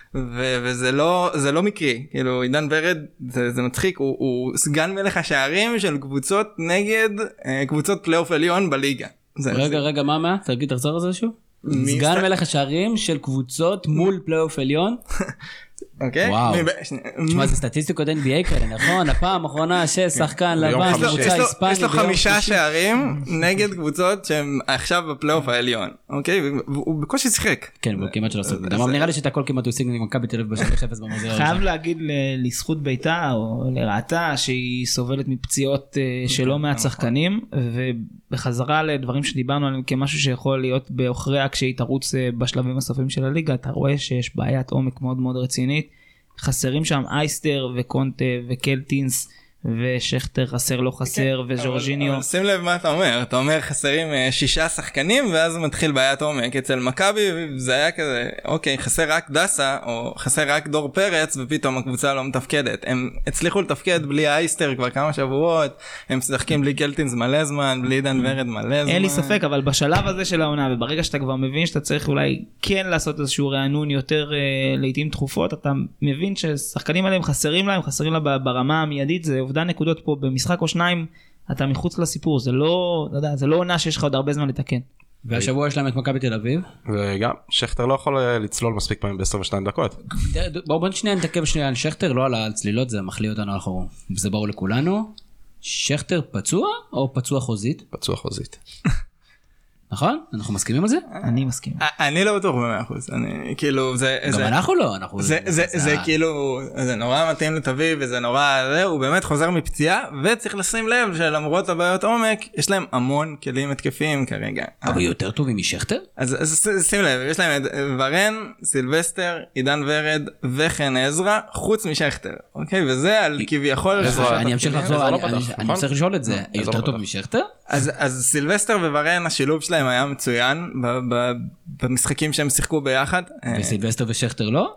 וזה לא מקרי, כאילו עידן ורד זה מצחיק, הוא סגן מלך השערים של קבוצות נגד קבוצות פלייאוף עליון בליגה. רגע, מה? תחזור על זה שוב? סגן מלך השערים של קבוצות מול פלייאוף עליון? אוקיי. וואו. תשמע, זה סטטיסטיקות NBA כאלה, נכון? הפעם האחרונה ששחקן לבן, קבוצה היספנית. יש לו 5 שערים נגד קבוצות שהם עכשיו בפלייאוף העליון, אוקיי? והוא בקושי שיחק. כן, הוא כמעט שלא סוג. נראה לי שאת הכל כמעט הוא שיג ממכבי תל אביב ב-3-0 במחזור. חייב להגיד לזכות ביתה או לרעתה שהיא סובלת מפציעות שלא מעט שחקנים, ובחזרה לדברים שדיברנו עליהם כמשהו שיכול להיות באוכריה כשהיא תרוץ בשלבים הסופיים של הליגה, אתה רואה שיש בעיית עומק מאוד מאוד רצינית. חסרים שם אייסטר וקונטה וקלטינס ושכטר חסר לא חסר וז'ורג'יניו. שים לב מה אתה אומר, אתה אומר חסרים 6 שחקנים ואז מתחיל בעיית עומק. אצל מכבי זה היה כזה, אוקיי, חסר רק דסה או חסר רק דור פרץ ופתאום הקבוצה לא מתפקדת. הם הצליחו לתפקד בלי אייסטר כבר כמה שבועות, הם משחקים בלי קלטינס מלא זמן, בלי עידן ורד מלא זמן. אין לי ספק, אבל בשלב הזה של העונה וברגע שאתה כבר מבין שאתה צריך אולי כן לעשות איזשהו רענון יותר לעתים תכופות, אתה מבין ששחקנים עליהם חסרים לה ברמה המיידית. זה אובדן נקודות פה במשחק או שניים, אתה מחוץ לסיפור, זה לא עונה שיש לך עוד הרבה זמן לתקן. והשבוע יש להם את מכבי תל אביב. וגם, שכטר לא יכול לצלול מספיק פעמים ב-22 דקות. בואו שנייה נתעכב שנייה על שכטר, לא על הצלילות, זה מחליא אותנו לאחור. זה ברור לכולנו. שכטר פצוע או פצוע חוזית? פצוע חוזית. נכון? אנחנו מסכימים על זה? אני מסכים. אני לא בטוח ב100%, אני כאילו גם אנחנו לא, זה כאילו זה נורא מתאים לטביב וזה נורא הוא באמת חוזר מפציעה וצריך לשים לב שלמרות הבעיות עומק יש להם המון כלים התקפיים כרגע. אבל יותר טובים משכטר? אז שים לב, יש להם את ורן, סילבסטר, עידן ורד וחן עזרא חוץ משכטר, אוקיי? וזה על כביכול אני אמשיך לחזור, אני צריך לשאול את זה, יותר טוב משכטר? אז סילבסטר וורן השילוב שלהם היה מצוין במשחקים שהם שיחקו ביחד. וסילבסטר ושכטר לא?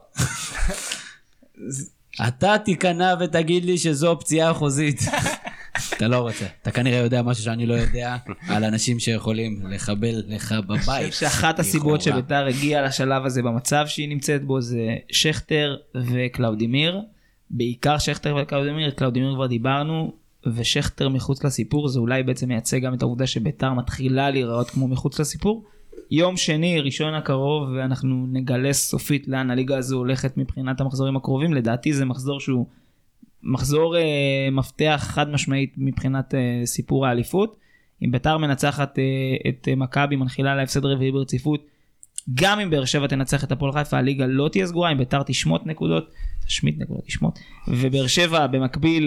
אתה תיכנע ותגיד לי שזו פציעה חוזית. אתה לא רוצה, אתה כנראה יודע משהו שאני לא יודע על אנשים שיכולים לחבל לך בבית. שאחת הסיבות שביתר הגיעה לשלב הזה במצב שהיא נמצאת בו זה שכטר וקלאודימיר, בעיקר שכטר וקלאודימיר, קלאודימיר כבר דיברנו, ושכטר מחוץ לסיפור, זה אולי בעצם מייצג גם את העובדה שביתר מתחילה להיראות כמו מחוץ לסיפור. יום שני, ראשון הקרוב, ואנחנו נגלה סופית לאן הליגה הזו הולכת מבחינת המחזורים הקרובים, לדעתי זה מחזור שהוא מחזור מפתח חד משמעית מבחינת סיפור האליפות. אם ביתר מנצחת את מכבי, מנחילה להפסד רביעי ברציפות, גם אם באר שבע תנצח את הפועל חיפה, הליגה לא תהיה סגורה, אם ביתר תשמוט נקודות, ובאר שבע במקביל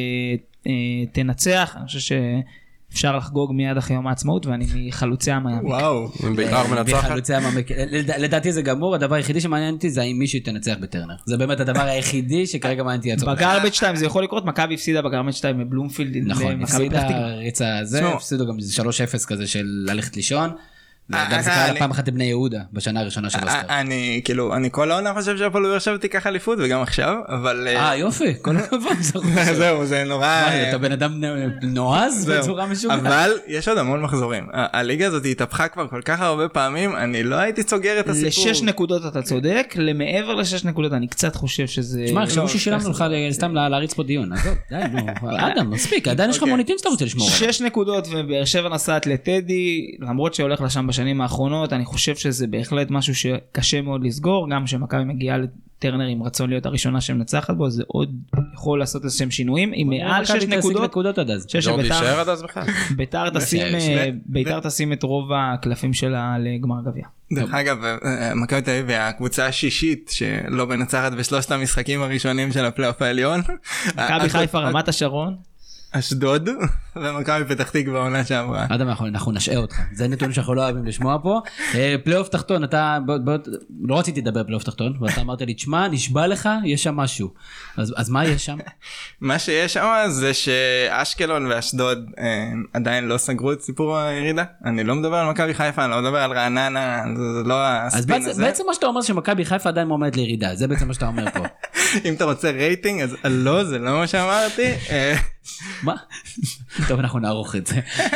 תנצח, אני חושב שאפשר לחגוג מיד אחרי יום העצמאות, ואני מחלוצי המעמיק. וואו. אם ביתר מנצחת. לדעתי זה גמור, הדבר היחידי שמעניין אותי זה האם מישהו תנצח בטרנר. זה באמת הדבר היחידי שכרגע מעניין אותי. בגרבג' 2 זה יכול לקרות, מכבי הפסידה בגרבג' 2 בבלומפילד. נכון, הפסידה ריצה זה, הפסידו גם 3-0 כזה של ללכת לישון. גם זה קרה פעם אחת לבני יהודה בשנה הראשונה של אוסקר. אני כל העונה חושב שהפועל באר שבע תיקח אליפות וגם עכשיו, אבל יופי, כל הכבוד. זהו, זה נורא. אתה בן אדם נועז בצורה משוגעת. אבל יש עוד המון מחזורים. הליגה הזאת התהפכה כבר כל כך הרבה פעמים, אני לא הייתי סוגר את הסיפור. ל6 נקודות אתה צודק, למעבר ל6 נקודות אני קצת חושב שזה... תשמע, חשבו ששילמנו לך סתם להריץ פה דיון. די, אדם, מספיק, עדיין יש לך מוניטין שאתה רוצה לשמור. 6 נקודות ובאר שבע נסעת לטדי, למרות שהולך לשם בשנים האחרונות, אני חושב שזה בהחלט משהו שקשה מאוד לסגור, גם שמכבי מגיעה לטרנר עם רצון להיות הראשונה שמנצחת בו, זה עוד יכול לעשות איזשהם שינויים, עם מעל 6 נקודות, ביתר תשים את רוב הקלפים שלה לגמר גביע. דרך אגב, מכבי תל אביב הקבוצה השישית שלא מנצחת בשלושת המשחקים הראשונים של הפלייאוף העליון. מכבי חיפה, רמת השרון. אשדוד ומכבי פתח תקווה בעונה שעברה. אדם, אנחנו נשעה אותך. זה נתון שאנחנו לא אוהבים לשמוע פה. פלייאוף תחתון, אתה לא רציתי לדבר פלייאוף תחתון, ואתה אמרת לי, תשמע, נשבע לך, יש שם משהו. אז מה יש שם? מה שיש שם זה שאשקלון ואשדוד עדיין לא סגרו את סיפור הירידה. אני לא מדבר על מכבי חיפה, אני לא מדבר על רעננה, זה לא הספין הזה. אז בעצם מה שאתה אומר שמכבי חיפה עדיין מועמדת לירידה, זה בעצם מה שאתה אומר פה. אם אתה רוצה רייטינג, אז לא, זה לא מה שאמרתי. מה? טוב, אנחנו נערוך את זה.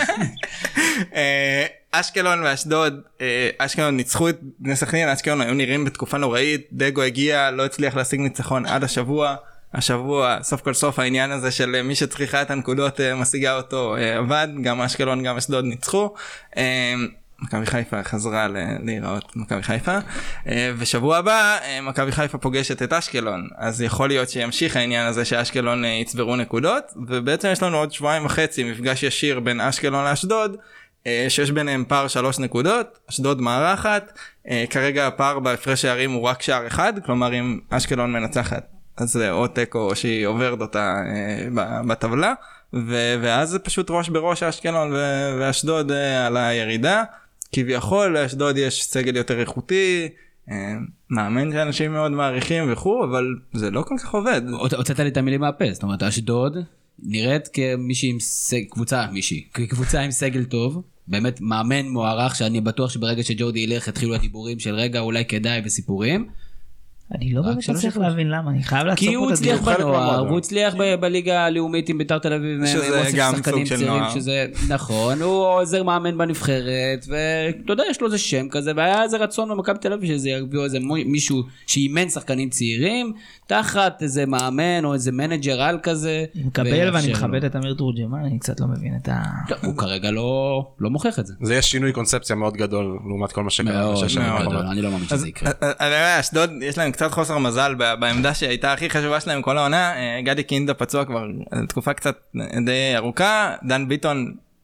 אשקלון ואשדוד, אשקלון ניצחו את בני סכנין, אשקלון היו נראים בתקופה נוראית, דגו הגיע, לא הצליח להשיג ניצחון עד השבוע, סוף כל סוף העניין הזה של מי שצריכה את הנקודות משיגה אותו עבד, גם אשקלון גם אשדוד ניצחו. מכבי חיפה חזרה להיראות מכבי חיפה, ושבוע הבא מכבי חיפה פוגשת את אשקלון, אז יכול להיות שימשיך העניין הזה שאשקלון יצברו נקודות, ובעצם יש לנו עוד 2.5 שבועות מפגש ישיר בין אשקלון לאשדוד, שיש ביניהם פער 3 נקודות, אשדוד מארחת, כרגע הפער בהפרש שערים הוא רק שער אחד, כלומר אם אשקלון מנצחת אז זה או תיקו או שהיא עוברת אותה בטבלה, ואז זה פשוט ראש בראש אשקלון ואשדוד על הירידה. כביכול לאשדוד יש סגל יותר איכותי, מאמן שאנשים מאוד מעריכים וכו', אבל זה לא כל כך עובד. הוצאת לי את המילים מהפה, זאת אומרת אשדוד נראית כקבוצה עם סגל טוב, באמת מאמן מוערך שאני בטוח שברגע שג'ורדי ילך התחילו הדיבורים של רגע אולי כדאי וסיפורים. אני לא באמת צריך להבין למה, אני חייב לעצור פה את כי הוא הצליח בנוער, והוא הצליח בליגה הלאומית עם בית"ר תל אביב, שזה גם סוג של נוער. נכון, הוא עוזר מאמן בנבחרת, ואתה יודע, יש לו איזה שם כזה, והיה איזה רצון במכבי תל אביב, שזה יביאו איזה מישהו שאימן שחקנים צעירים, תחת איזה מאמן או איזה מנג'ר על כזה. אני מקבל ואני מכבד את אמיר תורג'מן, אני קצת לא מבין את ה... הוא כרגע לא מוכיח את זה. זה יש שינוי קונספציה מאוד גדול, לעומת כל מה שקרה. אני לא מאמין שזה יקרה. אשדוד יש להם קצת חוסר מזל בעמדה שהייתה הכי חשובה שלהם כל העונה. גדי קינדה פצוע כבר תקופה קצת די ארוכה, דן ביטון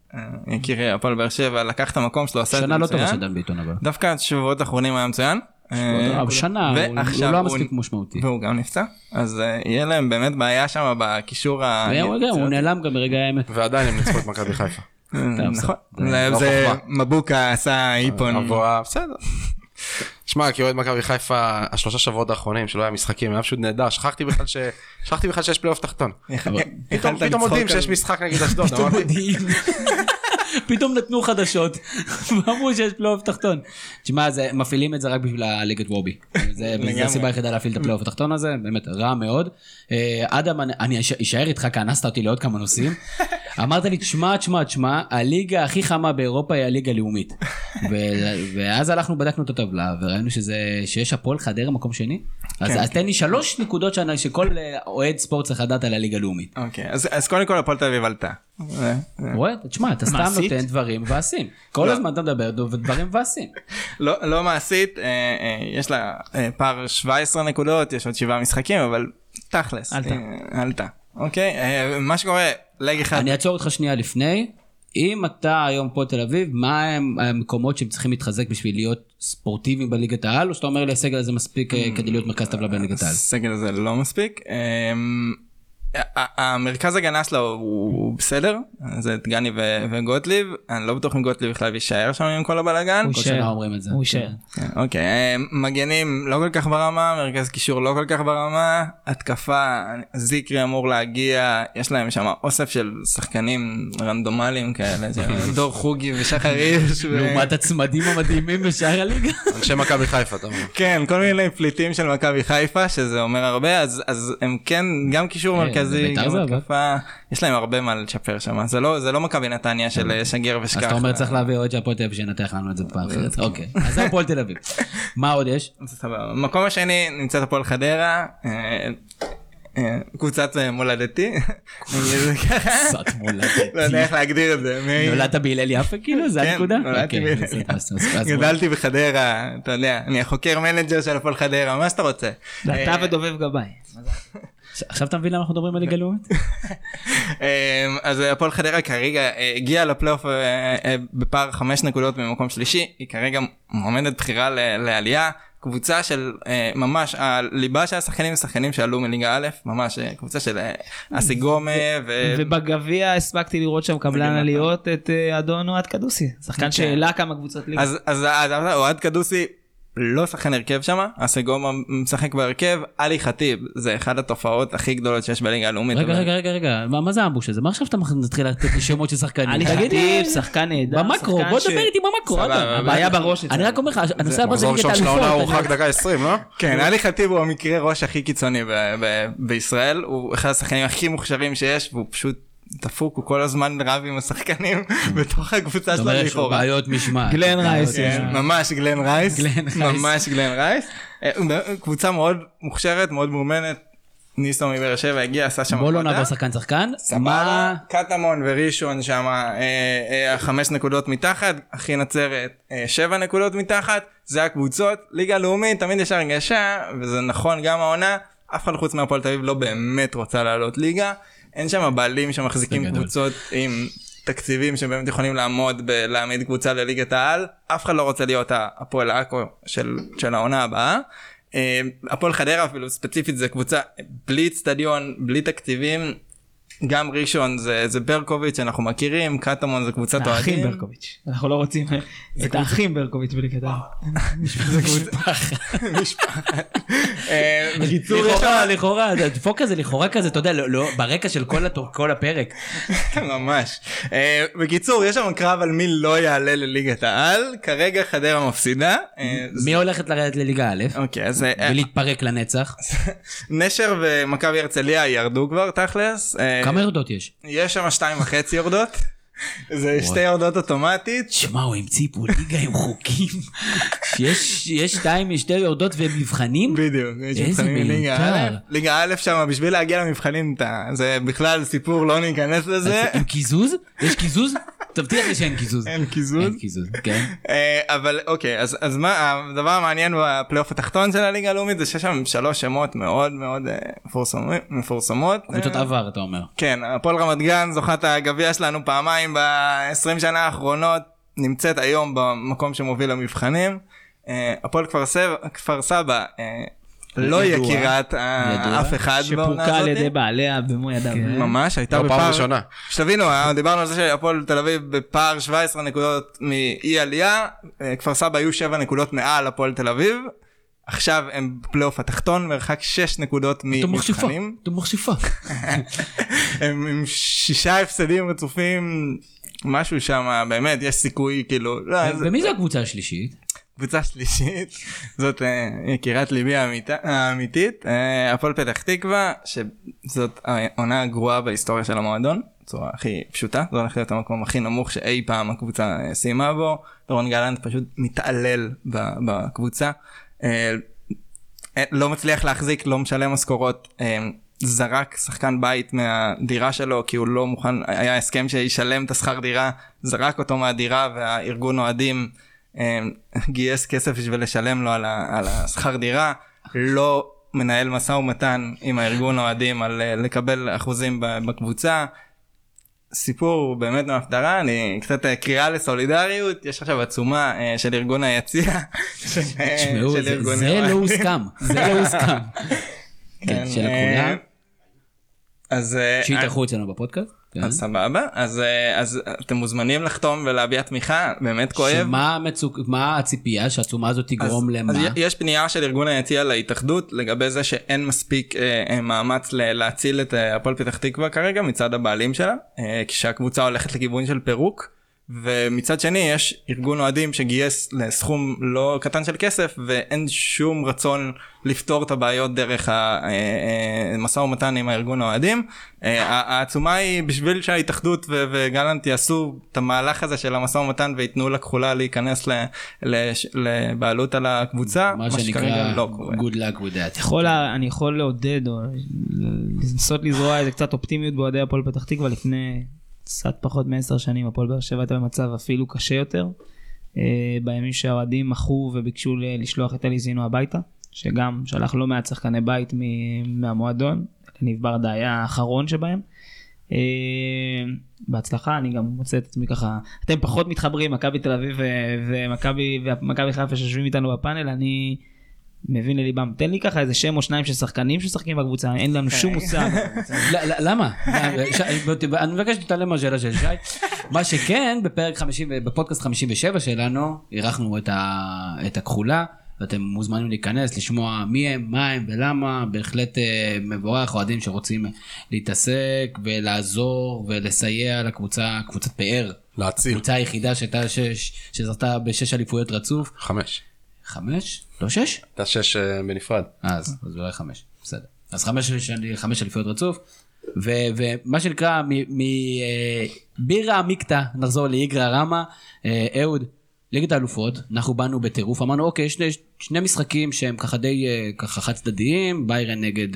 יקיר הפועל באר שבע, לקח את המקום שלו, עשה את זה שנה לא מצוין. טובה של דן ביטון אבל. דווקא השבועות האחרונים היה מצוין. שנה, הוא לא מספיק משמעותי. והוא גם נפצע, אז יהיה להם באמת בעיה שם בקישור הוא נעלם גם ברגע האמת. ועדיין הם ניצחו את מכבי חיפה. נכון, לא זה חוכמה. מבוקה עשה איפון. מבואה, בסדר. שמע, כי אוהד מכבי חיפה, השלושה שבועות האחרונים שלא היה משחקים, היה פשוט נהדר, שכחתי בכלל שיש פלייאוף תחתון. פתאום מודיעים שיש משחק נגד אשדוד, אמרתי. פתאום נתנו חדשות ואמרו שיש פלייאוף תחתון. תשמע, מפעילים את זה רק בשביל הליגת וובי. זה הסיבה היחידה להפעיל את הפלייאוף התחתון הזה, באמת רע מאוד. אדם, אני אשאר איתך, כאנסת אותי לעוד כמה נושאים. אמרת לי, תשמע, הליגה הכי חמה באירופה היא הליגה הלאומית. ואז הלכנו, בדקנו את הטבלה, וראינו שיש הפועל חדרה מקום שני. אז תן לי 3 נקודות שכל אוהד ספורט צריך לדעת על הליגה הלאומית. אוקיי, אז קודם כל הפועל תל אביב עלתה. רואה, תשמע, אתה סתם נותן דברים ועשים. כל הזמן אתה מדבר דברים ועשים. לא מעשית, יש לה פער 17 נקודות, יש עוד 7 משחקים, אבל תכלס. עלתה. אוקיי, מה שקורה, לג אחד. אני אעצור אותך שנייה לפני. אם אתה היום פה תל אביב, מה הם המקומות שהם צריכים להתחזק בשביל להיות ספורטיביים בליגת העל, או שאתה אומר לי הסגל הזה מספיק כדי להיות מרכז טבלה בליגת העל? הסגל הזה לא מספיק. המרכז הגנה שלו הוא בסדר, זה דגני וגוטליב, אני לא בטוח אם גוטליב בכלל יישאר שם עם כל הבלגן. כל שנה אומרים את זה. הוא יישאר. אוקיי, מגנים לא כל כך ברמה, מרכז קישור לא כל כך ברמה, התקפה, זיקרי אמור להגיע, יש להם שם אוסף של שחקנים רנדומליים כאלה, דור חוגי ושחר הירש. לעומת הצמדים המדהימים בשאר הליגה. אנשי מכבי חיפה, אתה אומר. כן, כל מיני פליטים של מכבי חיפה, שזה אומר הרבה, אז הם כן, גם קישור מרכזי, גם התקפה, יש להם הרבה מה לשפר שם, זה לא מכבי נתניה של שגר ושכח. אז אתה אומר צריך להביא עוד שהפועל תל אביב שינתח לנו את זה פעם אחרת. אוקיי, אז זה הפועל תל אביב. מה עוד יש? מקום השני נמצאת הפועל חדרה, קבוצת מולדתי. קבוצת מולדתי. לא יודע איך להגדיר את זה. נולדת בהלל יפה כאילו? זה הנקודה? כן, נולדתי בהלל. גדלתי בחדרה, אתה יודע, אני החוקר מנג'ר של הפועל חדרה, מה שאתה רוצה. אתה ודובב גבאי. עכשיו אתה מבין למה אנחנו מדברים על ליגה לאומית? אז הפועל חדרה כרגע הגיעה לפלייאוף בפער 5 נקודות במקום שלישי, היא כרגע מועמדת בחירה לעלייה, קבוצה של ממש הליבה של השחקנים שעלו מליגה א', ממש קבוצה של אסיגומה ובגביע הספקתי לראות שם קבלן עליות את אדון אוהד קדוסי, שחקן שהעלה כמה קבוצות ליגה. אז אוהד קדוסי לא שחקן הרכב שם, אסיגומה משחק בהרכב, עלי חטיב, זה אחד התופעות הכי גדולות שיש בליגה הלאומית. רגע, מה זה האמבוש הזה? מה עכשיו אתה נתחיל לתת לי שמות של שחקנים? עלי חטיב, שחקן נהדר. במקרו, בוא דבר איתי במקרו. הבעיה בראש. אני רק אומר לך, הנושא הבא זה מחזור ליגת ראשון של העונה האלופות. הוא רק דקה 20, לא? כן, עלי חטיב הוא המקרה ראש הכי קיצוני בישראל, הוא אחד השחקנים הכי מוכשרים שיש, והוא פשוט דפוק, הוא כל הזמן רב עם השחקנים בתוך הקבוצה שלו לכאורה. זאת אומרת, בעיות משמעת. גלן רייס. ממש גלן רייס. ממש גלן רייס. קבוצה מאוד מוכשרת, מאוד מאומנת. ניסו מבאר שבע הגיע, עשה שם בוא לא נעבור שחקן. סבבה, קטמון וראשון שם 5 נקודות מתחת, אחי נצרת 7 נקודות מתחת, זה הקבוצות, ליגה לאומית, תמיד יש הרגשה, וזה נכון גם העונה, אף אחד חוץ מהפועל תל אביב לא באמת רוצה לעלות ליגה, אין שם בעלים שמחזיקים קבוצות עם תקציבים שבאמת יכולים להעמיד קבוצה לליגת העל, אף אחד לא רוצה להיות הפועל עכו של העונה הבאה, הפועל חדרה אפילו ספציפית זה קבוצה בלי אצטדיון, בלי תקציבים, גם ראשון זה ברקוביץ' שאנחנו מכירים, קטמון זה קבוצת אוהדים. האחים ברקוביץ', אנחנו לא רוצים את האחים ברקוביץ' בליגת העל. זה משפחת. בקיצור, לכאורה, דפוק כזה, לכאורה כזה, אתה יודע, ברקע של כל הפרק. ממש. בקיצור, יש שם קרב על מי לא יעלה לליגת העל, כרגע חדרה מפסידה. מי הולכת לרדת לליגה א'? אוקיי, אז... ולהתפרק לנצח. נשר ומכבי הרצליה ירדו כבר תכלס. כמה יורדות יש? יש שם 2.5 יורדות. זה 2 יורדות אוטומטית. שמע, הוא המציא פה ליגה עם חוקים. יש 2 יורדות ומבחנים? בדיוק. איזה מיותר. ליגה א' שם, בשביל להגיע למבחנים, זה בכלל סיפור, לא ניכנס לזה. עם קיזוז? יש קיזוז? תבטיח לי שאין קיזוז. אין קיזוז. אין קיזוז, כן. אבל אוקיי, אז מה, הדבר המעניין בפלייאוף התחתון של הליגה הלאומית זה שיש שם 3 שמות מאוד מאוד מפורסמות. קבוצות עבר, אתה אומר. כן, הפועל רמת גן זוכת הגביע שלנו פעמיים ב-20 שנה האחרונות, נמצאת היום במקום שמוביל למבחנים. הפועל כפר סבא, לא יקירת אף אחד בעונה הזאת. שפורקה על ידי בעליה במו ידיו. ממש, הייתה לא פעם ראשונה. שתבינו, דיברנו על זה שהפועל תל אביב בפער 17 נקודות מאי עלייה, כפר סבא היו 7 נקודות מעל הפועל תל אביב, עכשיו הם בפלייאוף התחתון, מרחק 6 נקודות ממבחנים. אתה מחשיפה. הם עם 6 הפסדים רצופים, משהו שם, באמת, יש סיכוי, כאילו... ומי זו הקבוצה השלישית? קבוצה שלישית, זאת יקירת ליבי האמיתית, הפועל פתח תקווה, שזאת העונה הגרועה בהיסטוריה של המועדון, בצורה הכי פשוטה, זה הולך להיות המקום הכי נמוך שאי פעם הקבוצה סיימה בו, דורון גלנט פשוט מתעלל בקבוצה, לא מצליח להחזיק, לא משלם משכורות, זרק שחקן בית מהדירה שלו, כי הוא לא מוכן, היה הסכם שישלם את השכר דירה, זרק אותו מהדירה, והארגון אוהדים גייס כסף בשביל לשלם לו על השכר דירה, לא מנהל משא ומתן עם הארגון אוהדים על לקבל אחוזים בקבוצה. סיפור באמת מהפדרה, אני קצת קריאה לסולידריות, יש עכשיו עצומה של ארגון היציע. תשמעו, זה לא הוסכם, זה לא הוסכם. כן, של הכולה. שהתארחו אצלנו בפודקאסט. אז סבבה, אז אתם מוזמנים לחתום ולהביע תמיכה, באמת כואב. מה הציפייה שהעצומה הזאת תגרום למה? אז יש פנייה של ארגון היציע להתאחדות לגבי זה שאין מספיק מאמץ להציל את הפועל פתח תקווה כרגע מצד הבעלים שלה, כשהקבוצה הולכת לכיוון של פירוק, ומצד שני יש ארגון אוהדים שגייס לסכום לא קטן של כסף, ואין שום רצון לפתור את הבעיות דרך המשא ומתן עם הארגון האוהדים. העצומה היא בשביל שההתאחדות וגלנט יעשו את המהלך הזה של המשא ומתן ויתנו לכחולה להיכנס לבעלות על הקבוצה, מה שנקרא לא קורה. good luck with that. אני יכול לעודד או לנסות לזרוע איזה קצת אופטימיות באוהדי הפועל פתח תקווה. לפני קצת פחות מ10 שנים הפועל באר שבע הייתה במצב אפילו קשה יותר, בימים שהאוהדים מחו וביקשו לשלוח את אלי זינו הביתה, שגם שלח לא מעט שחקני בית מהמועדון. ניב ברדה היה האחרון שבהם. בהצלחה, אני גם מוצא את עצמי ככה, אתם פחות מתחברים, מכבי תל אביב ומכבי חיפה שיושבים איתנו בפאנל, אני מבין לליבם. תן לי ככה איזה שם או שניים של שחקנים ששחקים בקבוצה, אין לנו שום מושג. למה? אני מבקש להתעלם מהשאלה של שי. מה שכן, בפודקאסט 57 שלנו, אירחנו את הכחולה, ואתם מוזמנים להיכנס, לשמוע מי הם, מה הם ולמה, בהחלט מבורך, אוהדים שרוצים להתעסק ולעזור ולסייע לקבוצה, קבוצת פאר. להציל. הקבוצה היחידה שזרתה ב6 אליפויות רצוף. 5. 5? לא 6? אתה 6 בנפרד. אז אולי 5, בסדר. אז 5 אליפויות רצוף, ומה שנקרא, מבירה המקטע, נחזור לאיגרא רמא, אהוד, ליגת האלופות, אנחנו באנו בטירוף, אמרנו אוקיי, יש שני משחקים שהם ככה די ככה חד צדדיים, ביירן נגד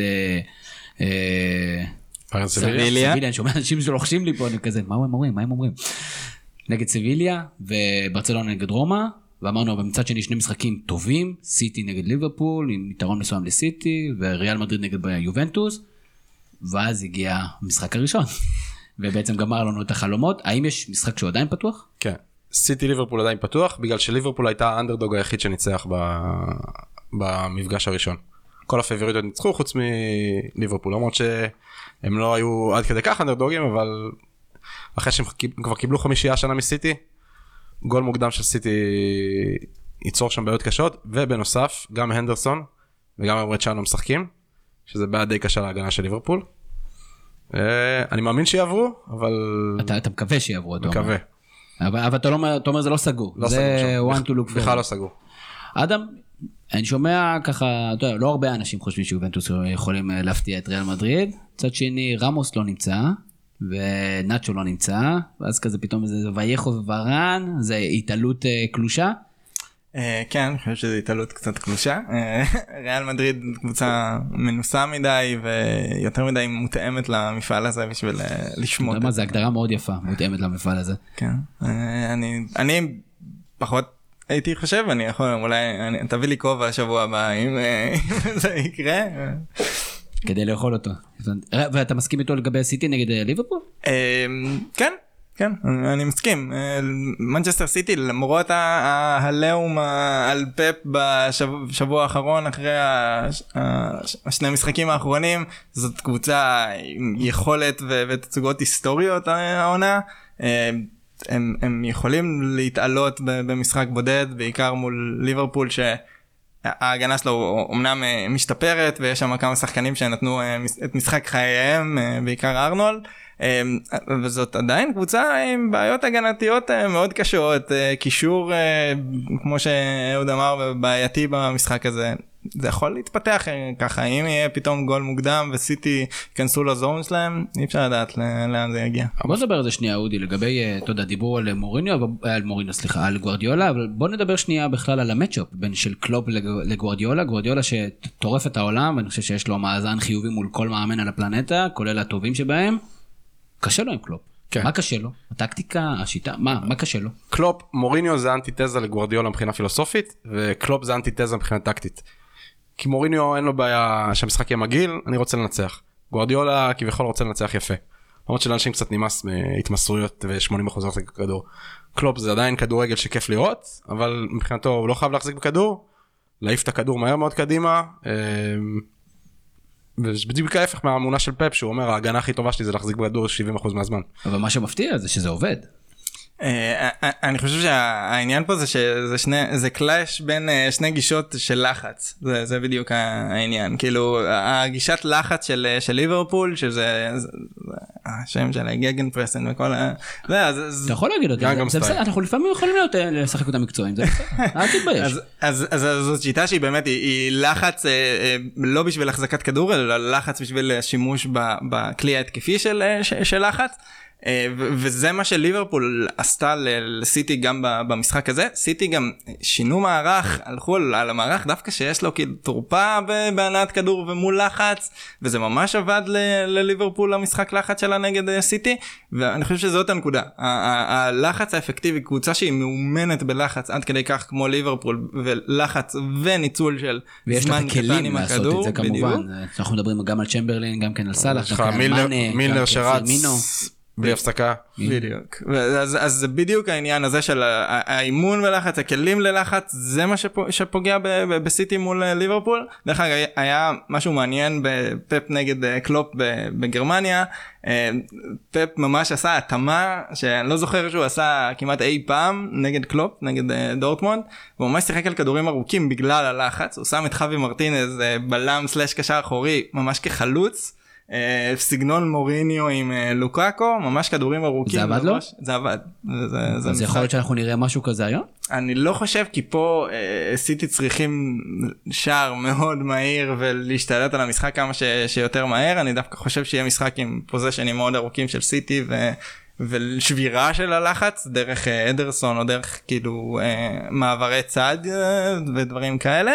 סביליה, אני שומע אנשים שלוחשים לי פה, אני כזה, מה הם אומרים? נגד סביליה, וברצלונה נגד רומא, ואמרנו במצד שני שני משחקים טובים, סיטי נגד ליברפול, עם יתרון מסוים לסיטי, וריאל מדריד נגד יובנטוס, ואז הגיע המשחק הראשון, ובעצם גמר לנו את החלומות. האם יש משחק שהוא עדיין פתוח? כן. סיטי ליברפול עדיין פתוח, בגלל שליברפול הייתה האנדרדוג היחיד שניצח במפגש הראשון. כל הפייבוריטות ניצחו חוץ מליברפול, למרות שהם לא היו עד כדי כך אנדרדוגים, אבל אחרי שהם כבר קיבלו 5 שנה מסיטי, גול מוקדם של סיטי ייצור שם בעיות קשות, ובנוסף גם הנדרסון וגם אמרת צ'אנו משחקים, שזה בעיה די קשה להגנה של ליברפול. אני מאמין שיעברו, אבל... אתה מקווה שיעברו, אתה אומר. מקווה. אבל אתה אומר זה לא סגור, זה one to look for. בכלל לא סגור. אדם, אני שומע ככה, אתה יודע, לא הרבה אנשים חושבים שיובנטוס יכולים להפתיע את ריאל מדריד, צד שני רמוס לא נמצא, ונאצ'ו לא נמצא, ואז כזה פתאום זה וייכו וורן, זה התעלות קלושה. כן, אני חושב שזו התעלות קצת קלושה. ריאל מדריד קבוצה מנוסה מדי ויותר מדי מותאמת למפעל הזה בשביל לשמות. מה זה הגדרה מאוד יפה, מותאמת למפעל הזה. כן, אני פחות הייתי חושב, אני יכול, אולי תביא לי כובע השבוע הבא אם זה יקרה. כדי לאכול אותו. ואתה מסכים איתו לגבי סיטי נגד ליברפול? כן. כן, אני מסכים. מנצ'סטר סיטי, למרות הלאום על פפ בשבוע האחרון, אחרי השני המשחקים האחרונים, זאת קבוצה עם יכולת ותצוגות היסטוריות העונה. הם יכולים להתעלות במשחק בודד, בעיקר מול ליברפול, שההגנה שלו אומנם משתפרת, ויש שם כמה שחקנים שנתנו את משחק חייהם, בעיקר ארנולד. וזאת עדיין קבוצה עם בעיות הגנתיות מאוד קשות, קישור כמו שאהוד אמר בעייתי במשחק הזה. זה יכול להתפתח ככה, אם יהיה פתאום גול מוקדם וסיטי כנסו לזון שלהם, אי אפשר לדעת לאן זה יגיע. בוא נדבר על זה שנייה אודי, לגבי, אתה יודע, דיבור על על גוארדיולה, אבל בוא נדבר שנייה בכלל על המאצ'אפ בין של קלופ לגוארדיולה, גוארדיולה שטורף את העולם, ואני חושב שיש לו מאזן חיובי מול כל מאמן על הפלנטה, כולל הטובים שבהם. קשה לו עם קלופ. כן. מה קשה לו? הטקטיקה, השיטה, מה קשה לו? קלופ, מוריניו זה אנטיתזה לגוארדיולה מבחינה פילוסופית, וקלופ זה אנטיתזה מבחינה טקטית. כי מוריניו אין לו בעיה שהמשחק יהיה מגעיל, אני רוצה לנצח. גוארדיולה כביכול רוצה לנצח יפה. למרות שלאנשים קצת נמאס מהתמסרויות ו-80% להחזיק בכדור. קלופ זה עדיין כדורגל שכיף לראות, אבל מבחינתו הוא לא חייב להחזיק בכדור, להעיף את הכדור מהר מאוד קדימה, ובדיוק ההפך מהאמונה של פפ, שהוא אומר, ההגנה הכי טובה שלי זה להחזיק בכדור 70% מהזמן. אבל מה שמפתיע זה שזה עובד. אני חושב שהעניין פה זה קלאש בין שני גישות של לחץ, זה בדיוק העניין, כאילו הגישת לחץ של ליברפול, שזה השם של הגגן פרסן וכל אתה יכול להגיד אותי, זה בסדר, אנחנו לפעמים יכולים לשחק אותם מקצועיים, זה בסדר, אל תתבייש. אז זאת שיטה שהיא באמת, היא לחץ לא בשביל החזקת כדור, אלא לחץ בשביל שימוש בכלי ההתקפי של לחץ, וזה מה שליברפול עשתה לסיטי גם במשחק הזה. סיטי גם שינו מערך, הלכו על המערך דווקא שיש לו כאילו תורפה בהנעת כדור ומול לחץ, וזה ממש עבד לליברפול המשחק לחץ שלה נגד סיטי, ואני חושב שזאת הנקודה. הלחץ האפקטיבי, קבוצה שהיא מאומנת בלחץ עד כדי כך כמו ליברפול, ולחץ וניצול של זמן קטן עם הכדור. ויש לה כמובן, אנחנו מדברים גם על צ'מברלין, גם כן על סלאח, מילנר שרץ בלי הפסקה. בדיוק. אז זה בדיוק העניין הזה של האימון ולחץ, הכלים ללחץ, זה מה שפוגע בסיטי מול ליברפול. דרך אגב, היה משהו מעניין בפפ נגד קלופ בגרמניה. פפ ממש עשה התאמה, שאני לא זוכר שהוא עשה כמעט אי פעם נגד קלופ, נגד דורטמונד, הוא ממש שיחק על כדורים ארוכים בגלל הלחץ. הוא שם את חווי מרטינז בלם סלש קשר אחורי, ממש כחלוץ. סגנון מוריניו עם לוקאקו, ממש כדורים ארוכים. זה עבד לו? זה עבד. אז יכול להיות שאנחנו נראה משהו כזה היום? אני לא חושב, כי פה סיטי צריכים שער מאוד מהיר ולהשתלט על המשחק כמה שיותר מהר. אני דווקא חושב שיהיה משחק עם פוזיישנים מאוד ארוכים של סיטי ושבירה של הלחץ דרך אדרסון או דרך כאילו מעברי צד ודברים כאלה.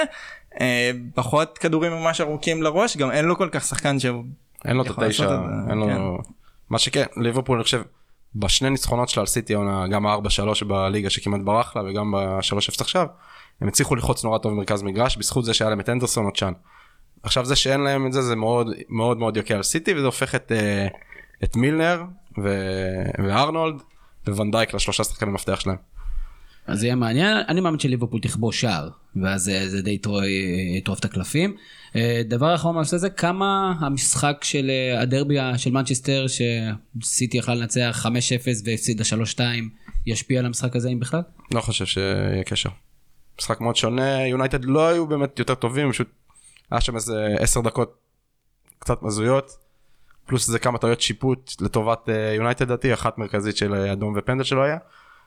פחות כדורים ממש ארוכים לראש, גם אין לו כל כך שחקן שהוא אין לו את התשע, אין לו... מה שכן, ליברפול אני חושב, בשני ניצחונות שלה על סיטי, גם ה-4-3 בליגה שכמעט ברח לה, וגם ב-3-0 עכשיו, הם הצליחו לחוץ נורא טוב במרכז מגרש, בזכות זה שהיה להם את אנדרסון או צ'אן. עכשיו זה שאין להם את זה, זה מאוד מאוד מאוד יקל על סיטי, וזה הופך את מילנר וארנולד וונדייק לשלושה שחקנים מפתח שלהם. אז זה יהיה מעניין, אני מאמין שליברפול תכבוש שער, ואז זה די יטרוף את הקלפים. דבר אחרון מעשה זה, כמה המשחק של הדרבי של מנצ'סטר, שסיטי יכלה לנצח 5-0 והפסידה 3-2, ישפיע על המשחק הזה אם בכלל? לא חושב שיהיה קשר. משחק מאוד שונה, יונייטד לא היו באמת יותר טובים, פשוט היה שם איזה 10 דקות קצת מזויות, פלוס איזה כמה טעויות שיפוט לטובת יונייטד דתי, אחת מרכזית של אדום ופנדל שלו היה.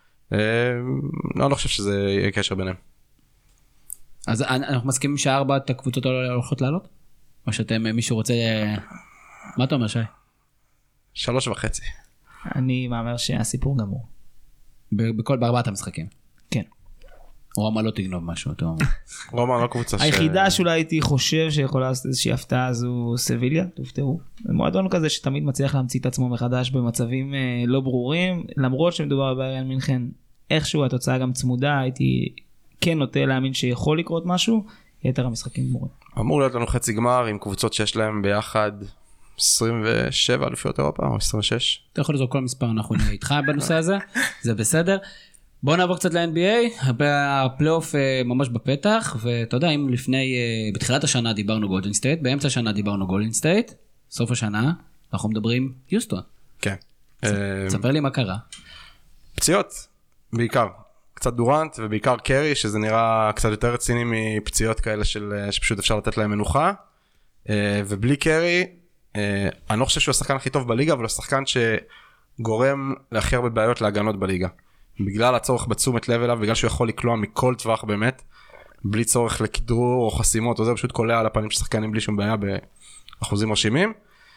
לא חושב שזה יהיה קשר ביניהם. אז אנחנו מסכימים שהארבעת הקבוצות הולכות לעלות? או שאתם, מישהו רוצה... מה אתה אומר, שי? 3.5. אני מאמר שהסיפור גמור. בארבעת המשחקים? כן. רומא לא תגנוב משהו, אתה אומר. רומא לא קבוצה היחידה שאולי הייתי חושב שיכולה לעשות איזושהי הפתעה זו סביליה, תופתעו. זה מועדון כזה שתמיד מצליח להמציא את עצמו מחדש במצבים לא ברורים, למרות שמדובר בביירן מינכן, איכשהו התוצאה גם צמודה, הייתי כן נוטה להאמין שיכול לקרות משהו, יתר המשחקים גמורים. אמור להיות לנו חצי גמר עם קבוצות שיש להם ביחד 27 אליפויות אירופה או 26. אתה יכול לזרוק כל מספר, אנחנו נהיה איתך בנושא הזה, זה בסדר. בואו נעבור קצת ל-NBA, הפלייאוף ממש בפתח, ואתה יודע, אם לפני, בתחילת השנה דיברנו גולדן סטייט, באמצע השנה דיברנו גולדן סטייט, סוף השנה, אנחנו מדברים יוסטון. כן. תספר לי מה קרה. פציעות, בעיקר. קצת דורנט ובעיקר קרי, שזה נראה קצת יותר רציני מפציעות כאלה שפשוט אפשר לתת להם מנוחה. ובלי קרי, אני לא חושב שהוא השחקן הכי טוב בליגה, אבל הוא השחקן שגורם להכי הרבה בעיות להגנות בליגה. בגלל הצורך בתשומת לב אליו, בגלל שהוא יכול לקלוע מכל טווח באמת, בלי צורך לכדרור או חסימות, או זה פשוט קולע על הפנים של שחקנים בלי שום בעיה באחוזים מרשימים.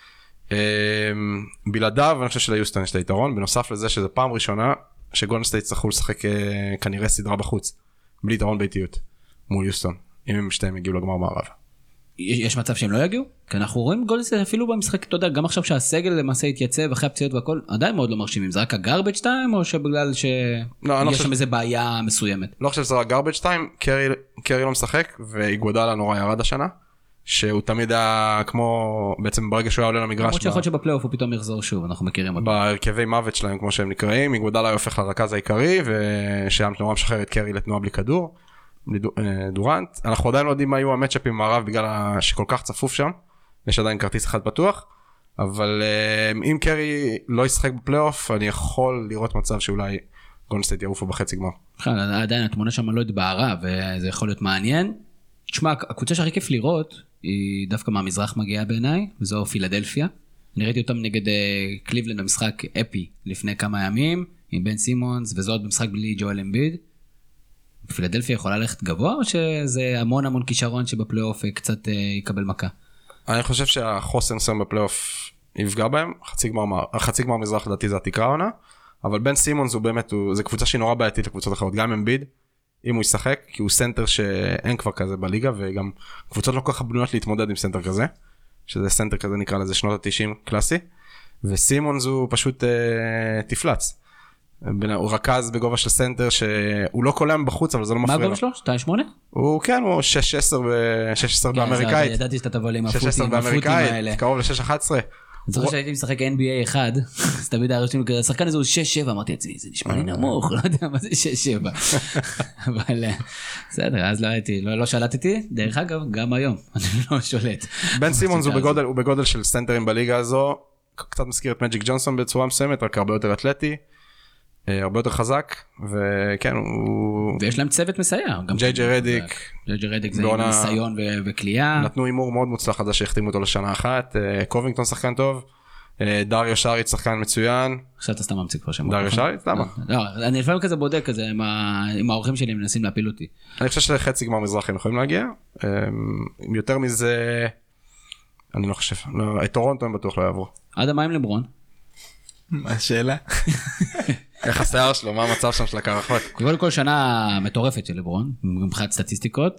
בלעדיו, אני חושב שליוסטון יש את היתרון, בנוסף לזה שזה פעם ראשונה, שגולדן סטייט צריכו לשחק כנראה סדרה בחוץ, בלי יתרון ביתיות, מול יוסטון, אם הם שתיים יגיעו לגמר מערב. יש מצב שהם לא יגיעו? כי אנחנו רואים גולדן סטייט אפילו במשחק, אתה יודע, גם עכשיו שהסגל למעשה התייצב אחרי הפציעות והכל, עדיין מאוד לא מרשימים. זה רק הגארבג' טיים, או שבגלל שיש שם איזה בעיה מסוימת? לא חושב שזה רק גארבג' טיים, קרי לא משחק, ואיגוודאלה נורא ירד השנה, שהוא תמיד היה כמו, בעצם ברגע שהוא היה עולה למגרש, למרות שיכול שבפלייאוף הוא פתאום יחזור שוב, אנחנו מכירים אותו. בהרכבי מוות שלהם, כמו שהם נקראים, איגוודאלה הופך לרכז העיקרי, ושם נורא משחרר את קרי לתנועה בלי כדור. דורנט, אנחנו עדיין לא יודעים מה היו המצ'אפים במערב בגלל שכל כך צפוף שם, יש עדיין כרטיס אחד פתוח, אבל אם קרי לא ישחק בפלייאוף, אני יכול לראות מצב שאולי גולדן סטייט יעופו בחצי גמר. עדיין התמונה שם לא התבהרה, וזה יכול להיות מעניין. תשמע, הקבוצה שהכי כיף לראות, היא דווקא מהמזרח מגיעה בעיניי, וזו פילדלפיה. אני ראיתי אותם נגד קליבלנד במשחק אפי לפני כמה ימים, עם בן סימונס, וזה עוד במשחק בלי ג'ואל אמביד. פילדלפיה יכולה ללכת גבוה, או שזה המון כישרון שבפלייאוף קצת יקבל מכה? אני חושב שהחוסן שם בפלייאוף יפגע בהם, חצי גמר מזרח לדעתי זה התקרה עונה, אבל בן סימונס הוא באמת, זה קבוצה שהיא נורא בעייתית לקבוצות אחרות, גם אמביד, אם הוא ישחק, כי הוא סנטר שאין כבר כזה בליגה, וגם קבוצות לא כל כך בנויות להתמודד עם סנטר כזה, שזה סנטר כזה נקרא לזה שנות ה-90 קלאסי, וסימונס הוא פשוט תפלץ. הוא רכז בגובה של סנטר שהוא לא קולם בחוץ, אבל זה לא מפריע לו. מה הגובה שלו? 2.8? הוא כן, הוא 6-10 באמריקאית. ידעתי שאתה תבוא לי עם 6-10 באמריקאית, קרוב ל-6-11. אני זוכר שהייתי משחק NBA אחד, אז תמיד הרשנו כזה, השחקן הזה הוא 6-7, אמרתי לעצמי, זה נשמע לי נמוך, לא יודע מה זה 6-7. אבל בסדר, אז לא הייתי, לא שלטתי, דרך אגב, גם היום, אני לא שולט. בן סימונס הוא בגודל של סנטרים בליגה הזו, קצת מזכיר את מג'יק ג'ונסון בצורה מסוימת, רק הרבה יותר אתלטי. הרבה יותר חזק, וכן, הוא... ויש להם צוות מסייע. ג'יי רדיק. ג'יי רדיק זה ניסיון וקליעה. נתנו אימור מאוד מוצלח על זה שהחתימו אותו לשנה אחת. קובינגטון שחקן טוב. דריו שריץ שחקן מצוין. עכשיו אתה סתם ממציא כבר שמות. דריו שריץ? למה? לא, אני לפעמים כזה בודק כזה עם האורחים שלי, הם מנסים להפיל אותי. אני חושב שלחצי גמר מזרח הם יכולים להגיע. יותר מזה, אני לא חושב. את טורונטו הם בטוח לא יעברו. עד המים לברון. מה השאלה? איך השיער שלו, מה המצב שם של הקרחות? קודם כל שנה מטורפת של לברון, מבחינת סטטיסטיקות,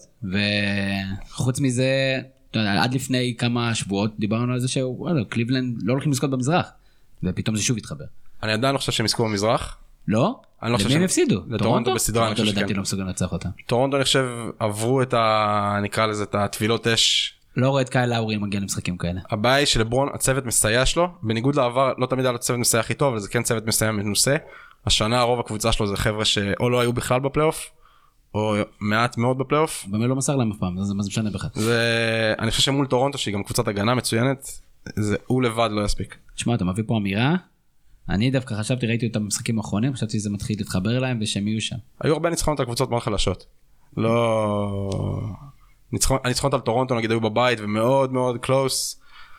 וחוץ מזה, עד לפני כמה שבועות דיברנו על זה שקליבלנד לא הולכים לזכות במזרח, ופתאום זה שוב התחבר. אני עדיין לא חושב שהם יזכו במזרח. לא? למי הם הפסידו? לטורונטו בסדרה, אני חושב שכן. לדעתי לא מסוגל לנצח אותה. טורונטו אני חושב עברו את נקרא לזה את התבילות אש. לא רואה את קייל לאורי מגיע למשחקים כאלה. הבעיה היא שלברון, הצוות מסייע שלו, בניגוד לעבר, לא תמיד היה לו צוות מסייע הכי טוב, אבל זה כן צוות מסייע מנוסה. השנה הרוב הקבוצה שלו זה חבר'ה שאו לא היו בכלל בפלייאוף, או מעט מאוד בפלייאוף. באמת לא מסר להם אף פעם, זה משנה בכלל. אני חושב שמול טורונטו, שהיא גם קבוצת הגנה מצוינת, הוא לבד לא יספיק. תשמע, אתה מביא פה אמירה, אני דווקא חשבתי, ראיתי אותם במשחקים האחרונים, חשבתי שזה מתחיל להתחבר אליהם ושהם יהיו שם. היו הרבה ניצחונות על קבוצות מאוד חלשות. לא... הניצחונות על טורונטו נגיד היו בבית ומאוד מאוד קלוס.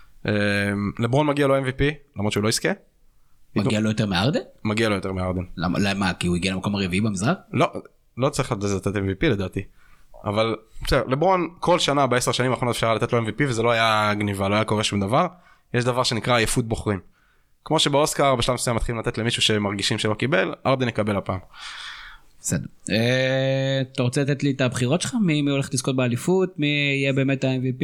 לברון מגיע לו MVP, למרות שהוא לא יזכה. מגיע לו יותר מארדן? מגיע לו יותר מארדן. למה? כי הוא הגיע למקום הרביעי במזרח? לא צריך לתת MVP לדעתי. אבל בסדר, לברון כל שנה ב10 שנים האחרונות אפשר לתת לו MVP וזה לא היה גניבה, לא היה קורה שום דבר. יש דבר שנקרא עייפות בוחרים. כמו שבאוסקר בשלב מסוים מתחילים לתת למישהו שמרגישים שלא קיבל, ארדן יקבל הפעם. בסדר. אתה רוצה לתת לי את הבחירות שלך? מי הולך לזכות באליפות? מי יהיה באמת ה-MVP?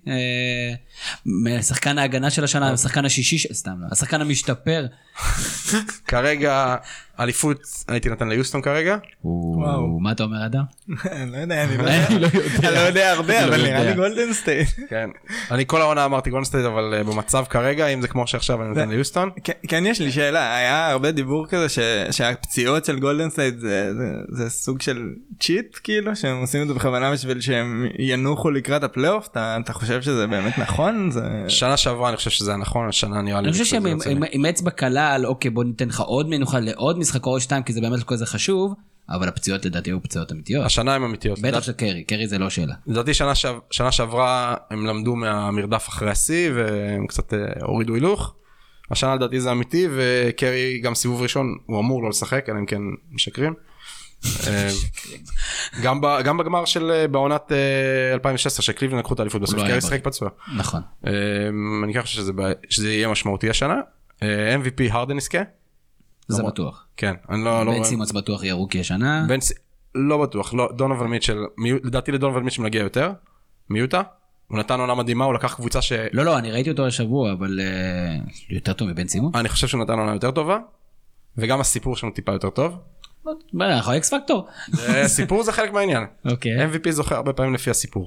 שחקן ההגנה של השנה, השחקן השישי, סתם לא, השחקן המשתפר. כרגע, אליפות הייתי נתן ליוסטון כרגע. מה אתה אומר, אדם? לא יודע, אני לא יודע הרבה, אבל נראה לי גולדן סטייט. כן, אני כל העונה אמרתי גולדן סטייט, אבל במצב כרגע, אם זה כמו שעכשיו אני נותן ליוסטון. כן, יש לי שאלה, היה הרבה דיבור כזה שהפציעות של גולדן סטייט זה סוג של צ'יט, כאילו, שהם עושים את זה בכוונה בשביל שהם ינוחו לקראת הפלייאוף. אתה חושב שזה באמת נכון? שנה שעברה אני חושב שזה היה נכון, השנה נראה לי. אני חושב שהם עם אצבע קלה על אוקיי בוא ניתן לך עוד מנוחה לעוד משחק או שתיים, כי זה באמת כל זה חשוב, אבל הפציעות לדעתי היו פציעות אמיתיות. השנה הן אמיתיות. בטח של קרי זה לא שאלה. לדעתי שנה שעברה הם למדו מהמרדף אחרי השיא והם קצת הורידו הילוך. השנה לדעתי זה אמיתי, וקרי גם סיבוב ראשון הוא אמור לא לשחק, אלא אם כן משקרים. גם בגמר של בעונת 2016 שקליבלנד לקחו את האליפות בסוף, קרי שחק פצוע. נכון. אני חושב שזה יהיה משמעותי השנה. MVP הרדן יזכה. זה בטוח. כן. בן סימונס בטוח יהיה רוקי השנה. לא בטוח, דונובל מיטשל, לדעתי לדונובל מיטשל מגיע יותר, מיוטה. הוא נתן עונה מדהימה, הוא לקח קבוצה לא, אני ראיתי אותו השבוע, אבל יותר טוב מבן סימונס. אני חושב שהוא נתן עונה יותר טובה, וגם הסיפור שלנו טיפה יותר טוב. אנחנו אקס פקטור. סיפור זה חלק מהעניין. אוקיי. MVP זוכה הרבה פעמים לפי הסיפור.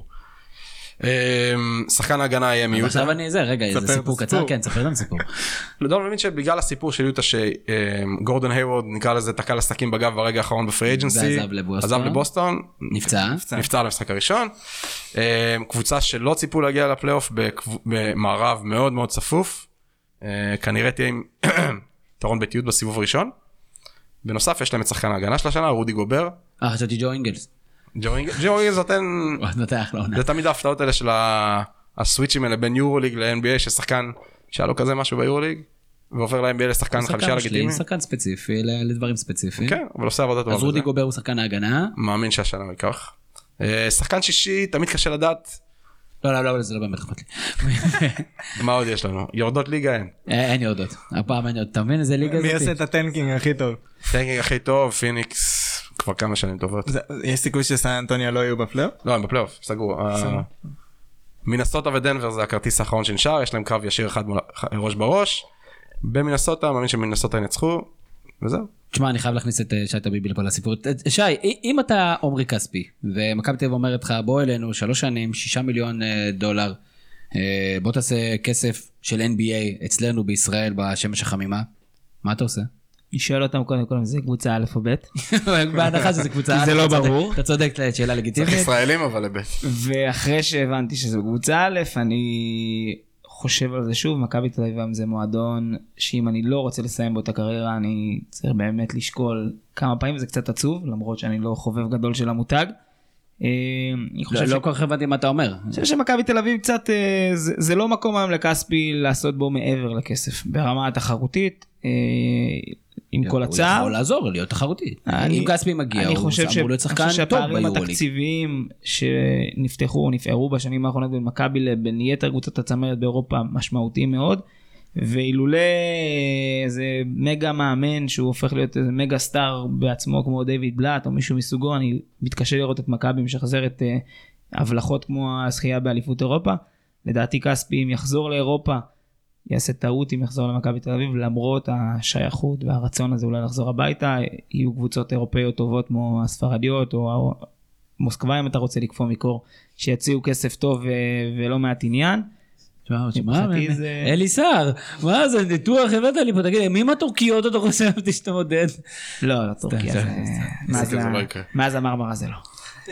שחקן ההגנה יהיה מיוטה. עכשיו אני רגע, זה סיפור קצר, כן, ספר לנו סיפור. לדון מבין שבגלל הסיפור של יוטה שגורדון היוורד נקרא לזה תקע לסתקים בגב ברגע האחרון בפרי אג'נסי, עזב לבוסטון, נפצע למשחק הראשון, קבוצה שלא ציפו להגיע לפלייאוף במערב מאוד מאוד צפוף, כנראה תהיה עם יתרון ביתיות בסיבוב הראשון, בנוסף יש להם את שחקן ההגנה של השנה, רודי גובר. חשבתי ג'ו אינגלס. ג'ו אינגלס זה תמיד ההפתעות האלה של הסוויצ'ים האלה בין יורוליג ל-NBA, ששחקן שהיה לו כזה משהו ביורוליג, ועובר ל-NBA לשחקן חמישה לגיטימי. שחקן ספציפי, לדברים ספציפיים. כן, אבל עושה עבודה טובה. אז רודי גובר הוא שחקן ההגנה. מאמין שהשנה הוא ייקח. שחקן שישי, תמיד קשה לדעת. לא, זה לא באמת אכפת לי. מה עוד יש לנו? יורדות ליגה אין. אין יורדות. הפעם אין יורדות. אתה מבין איזה ליגה זאת? מי עושה את הטנקינג הכי טוב? טנקינג הכי טוב, פיניקס, כבר כמה שנים טובות. יש סיכוי שסן אנטוניה לא יהיו בפלייאוף? לא, הם בפלייאוף, סגור. מינסוטה ודנבר זה הכרטיס האחרון שנשאר, יש להם קרב ישיר אחד ראש בראש. במינסוטה, מאמין שמינסוטה ינצחו, וזהו. תשמע, אני חייב להכניס את שי טביבי לפה לסיפור. שי, אם אתה עומרי כספי, ומכבי תל אביב אומרת לך, בוא אלינו 3 שנים, $6 מיליון, בוא תעשה כסף של NBA אצלנו בישראל בשמש החמימה, מה אתה עושה? נשאל אותם קודם כל אם זה קבוצה א' או ב'. בהנחה שזה קבוצה א', זה לא ברור. אתה צודק, שאלה לגיטימית. צריך ישראלים אבל לב'. ואחרי שהבנתי שזה קבוצה א', אני חושב על זה שוב, מכבי תל אביב זה מועדון שאם אני לא רוצה לסיים באותה קריירה, אני צריך באמת לשקול כמה פעמים, וזה קצת עצוב, למרות שאני לא חובב גדול של המותג. לא כל כך הבנתי מה אתה אומר. אני חושב שמכבי תל אביב קצת, זה לא מקום היום לכספי לעשות בו מעבר לכסף, ברמה התחרותית, עם כל הצער. הוא יכול לעזור, להיות תחרותי. אם כספי מגיע, הוא אמור להיות שחקן טוב ביורוליג. שהפערים התקציביים שנפתחו או נפערו בשנים האחרונות בין מכבי לבין יתר קבוצות הצמרת באירופה משמעותיים מאוד, ואילולא איזה מגה מאמן שהוא הופך להיות איזה מגה סטאר בעצמו כמו דיוויד בלאט או מישהו מסוגו, אני מתקשה לראות את מכבי משחזרת הבלחות כמו הזכייה באליפות אירופה. לדעתי כספי אם יחזור לאירופה יעשה טעות אם יחזור למכבי תל אביב, למרות השייכות והרצון הזה אולי לחזור הביתה, יהיו קבוצות אירופאיות טובות כמו הספרדיות או מוסקבה אם אתה רוצה לקפוא מקור, שיציעו כסף טוב ולא מעט עניין. אליסר, מה זה ניתוח הבאת לי פה, תגיד, מי מהטורקיות אתה חושבתי שאתה מודד? לא, טורקיה זה, מאז המרמרה זה לא.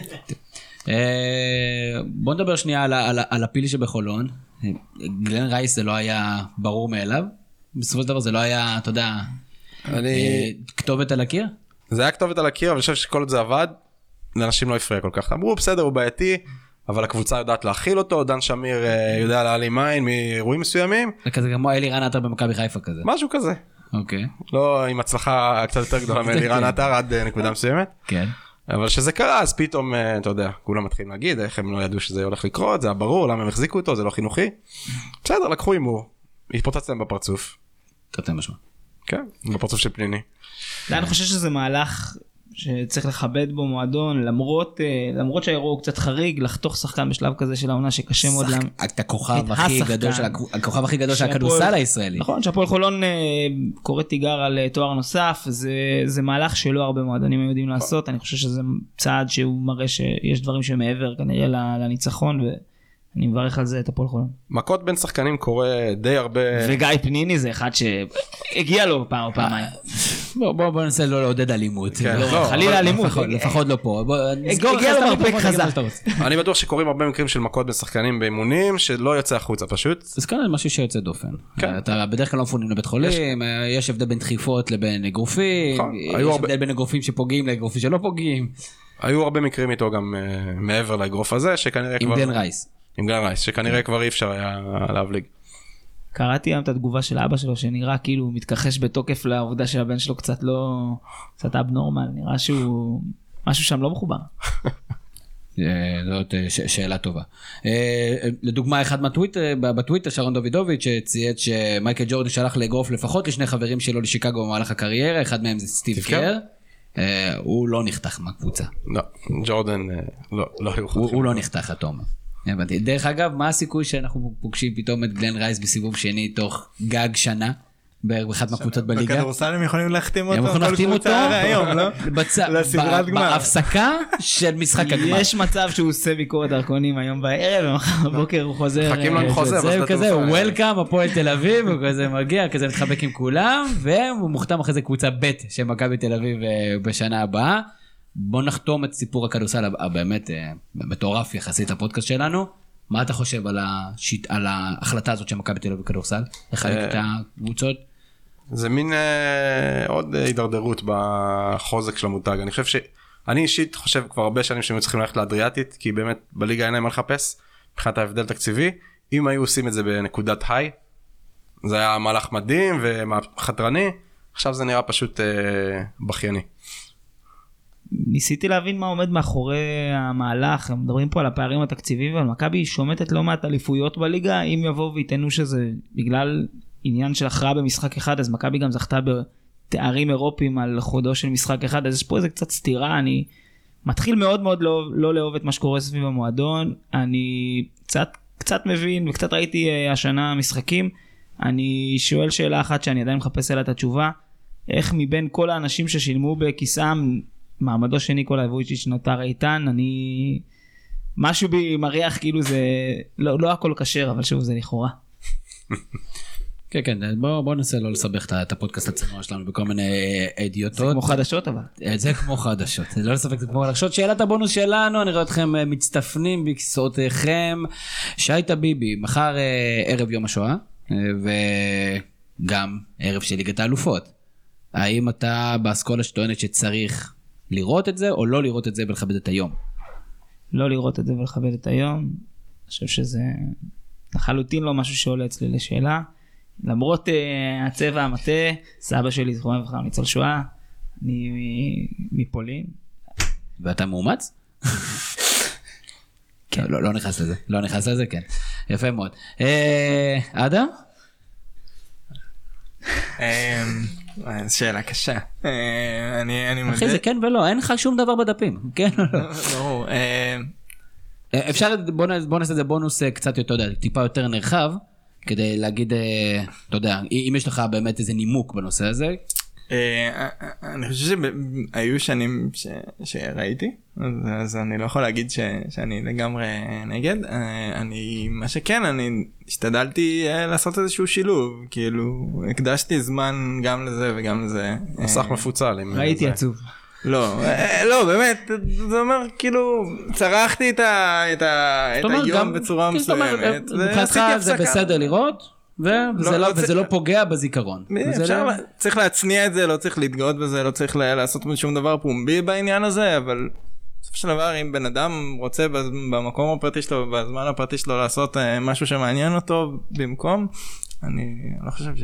בוא נדבר שנייה על הפיל שבחולון. גלן רייס זה לא היה ברור מאליו, בסופו של דבר זה לא היה, אתה יודע, כתובת על הקיר? זה היה כתובת על הקיר, אבל אני חושב שכל עוד זה עבד, לאנשים לא הפריע כל כך. אמרו בסדר, הוא בעייתי, אבל הקבוצה יודעת להכיל אותו, דן שמיר יודע להעלים מים מאירועים מסוימים. זה כזה כמו אלירן עטר במכבי חיפה כזה. משהו כזה. אוקיי. לא עם הצלחה קצת יותר גדולה מאלירן עטר עד נקודה מסוימת. כן. אבל שזה קרה, אז פתאום, אתה יודע, כולם מתחילים להגיד, איך הם לא ידעו שזה הולך לקרות, זה היה ברור, למה הם החזיקו אותו, זה לא חינוכי. בסדר, לקחו הימור, התפוצץ להם בפרצוף. תרתי משמע. כן, בפרצוף של פניני. אני חושב שזה מהלך שצריך לכבד בו מועדון, למרות שהאירוע הוא קצת חריג, לחתוך שחקן בשלב כזה של העונה שקשה מאוד את הכוכב הכי גדול של הכדורסל הישראלי. נכון, שהפועל חולון קורא תיגר על תואר נוסף, זה מהלך שלא הרבה מועדונים יודעים לעשות, אני חושב שזה צעד שהוא מראה שיש דברים שמעבר כנראה לניצחון, ואני מברך על זה את הפועל חולון. מכות בין שחקנים קורה די הרבה. וגיא פניני זה אחד שהגיע לו פעם או פעמיים. בוא ננסה לא לעודד אלימות. חלילה אלימות. לפחות לא פה. הגיע לו מרפק חזק. אני בטוח שקורים הרבה מקרים של מכות בין שחקנים באימונים, שלא יוצא החוצה פשוט. זה כאן משהו שיוצא דופן. אתה בדרך כלל לא מפונים לבית חולים, יש הבדל בין דחיפות לבין אגרופים, יש הבדל בין אגרופים שפוגעים לאגרופים שלא פוגעים. היו הרבה מקרים איתו גם מעבר לאגרוף הזה, שכנראה כבר... עם גלן רייס, שכנראה כבר אי אפשר היה להבליג. קראתי היום את התגובה של אבא שלו, שנראה כאילו מתכחש בתוקף לעובדה שהבן שלו קצת לא, קצת אבנורמל, נראה שהוא, משהו שם לא מחובר. זאת שאלה טובה. לדוגמה, אחד בטוויטר, שרון דוידוביץ' שציית שמייקל ג'ורדן שלח לאגרוף לפחות לשני חברים שלו לשיקגו במהלך הקריירה, אחד מהם זה סטיב קר. הוא לא נחתך מהקבוצה. לא, ג'ורדן לא היו חותכים. הוא לא נחתך, התום. דרך אגב, מה הסיכוי שאנחנו פוגשים פתאום את גלן רייס בסיבוב שני תוך גג שנה באחת מהקבוצות בליגה? בכדורסל הם יכולים להחתים אותו. הם יכולים להחתים אותו היום, לא? לסדרת גמר. בהפסקה של משחק הגמר. יש מצב שהוא עושה ביקורת דרכונים היום בערב, ומחר בבוקר הוא חוזר. מחכים לו עם חוזה. הוא כזה, וולקאם, הפועל תל אביב, הוא כזה מגיע, כזה מתחבק עם כולם, והוא מוכתם אחרי זה קבוצה ב' של מכבי תל אביב בשנה הבאה. בוא נחתום את סיפור הכדורסל הבאמת מטורף יחסית לפודקאסט שלנו. מה אתה חושב על ההחלטה הזאת של מכבי תל אביב בכדורסל? לחלק את הקבוצות? זה מין עוד הידרדרות בחוזק של המותג. אני אישית חושב כבר הרבה שנים שהם צריכים ללכת לאדריאטית, כי באמת בליגה אין להם מה לחפש, מבחינת ההבדל תקציבי. אם היו עושים את זה בנקודת היי, זה היה מהלך מדהים וחתרני, עכשיו זה נראה פשוט בכייני. ניסיתי להבין מה עומד מאחורי המהלך, הם מדברים פה על הפערים התקציביים, אבל מכבי שומטת לא מעט אליפויות בליגה, אם יבואו ויתנו שזה בגלל עניין של הכרעה במשחק אחד, אז מכבי גם זכתה בתארים אירופיים על חודו של משחק אחד, אז יש פה איזה קצת סתירה, אני מתחיל מאוד מאוד לא לאהוב את מה שקורה סביב המועדון, אני קצת מבין וקצת ראיתי השנה משחקים, אני שואל שאלה אחת שאני עדיין מחפש אליה את התשובה, איך מבין כל האנשים ששילמו בכיסם, מעמדו שני כל האבויצ'יץ' נותר איתן, אני משהו בי מריח כאילו זה לא הכל קשר, אבל שוב זה לכאורה. כן, כן, בוא ננסה לא לסבך את הפודקאסט הצנוע שלנו בכל מיני אידיוטות. זה כמו חדשות אבל. זה כמו חדשות, לא לסבך זה כמו חדשות. שאלת הבונוס שלנו, אני רואה אתכם מצטפנים בכיסאותיכם. שי טביבי, מחר ערב יום השואה, וגם ערב של ליגת האלופות. האם אתה באסכולה שטוענת שצריך לראות את זה, או לא לראות את זה ולכבד את היום? לא לראות את זה ולכבד את היום. אני חושב שזה לחלוטין לא משהו שעולה אצלי לשאלה. למרות הצבע המטה, סבא שלי זכרון לברכה ניצול שואה, מפולין. ואתה מאומץ? כן. לא נכנס לזה, לא נכנס לזה, כן. יפה מאוד. אדם? שאלה קשה. אני מודה. אחי, זה כן ולא, אין לך שום דבר בדפים, כן או לא? ברור. אפשר, בוא נעשה את זה בונוס קצת יותר, טיפה יותר נרחב, כדי להגיד, אתה יודע, אם יש לך באמת איזה נימוק בנושא הזה. אני חושב שהיו שנים שראיתי, אז אני לא יכול להגיד שאני לגמרי נגד. מה שכן, אני השתדלתי לעשות איזשהו שילוב, כאילו הקדשתי זמן גם לזה וגם לזה. מסך מפוצל. ראיתי עצוב. לא, באמת, זה אומר, כאילו, צרחתי את היום בצורה מסוימת. מבחינתך זה בסדר לראות, וזה לא פוגע בזיכרון. צריך להצניע את זה, לא צריך להתגאות בזה, לא צריך לעשות שום דבר פומבי בעניין הזה, אבל בסופו של דבר, אם בן אדם רוצה במקום הפרטי שלו, בזמן הפרטי שלו לעשות משהו שמעניין אותו במקום, אני לא חושב ש...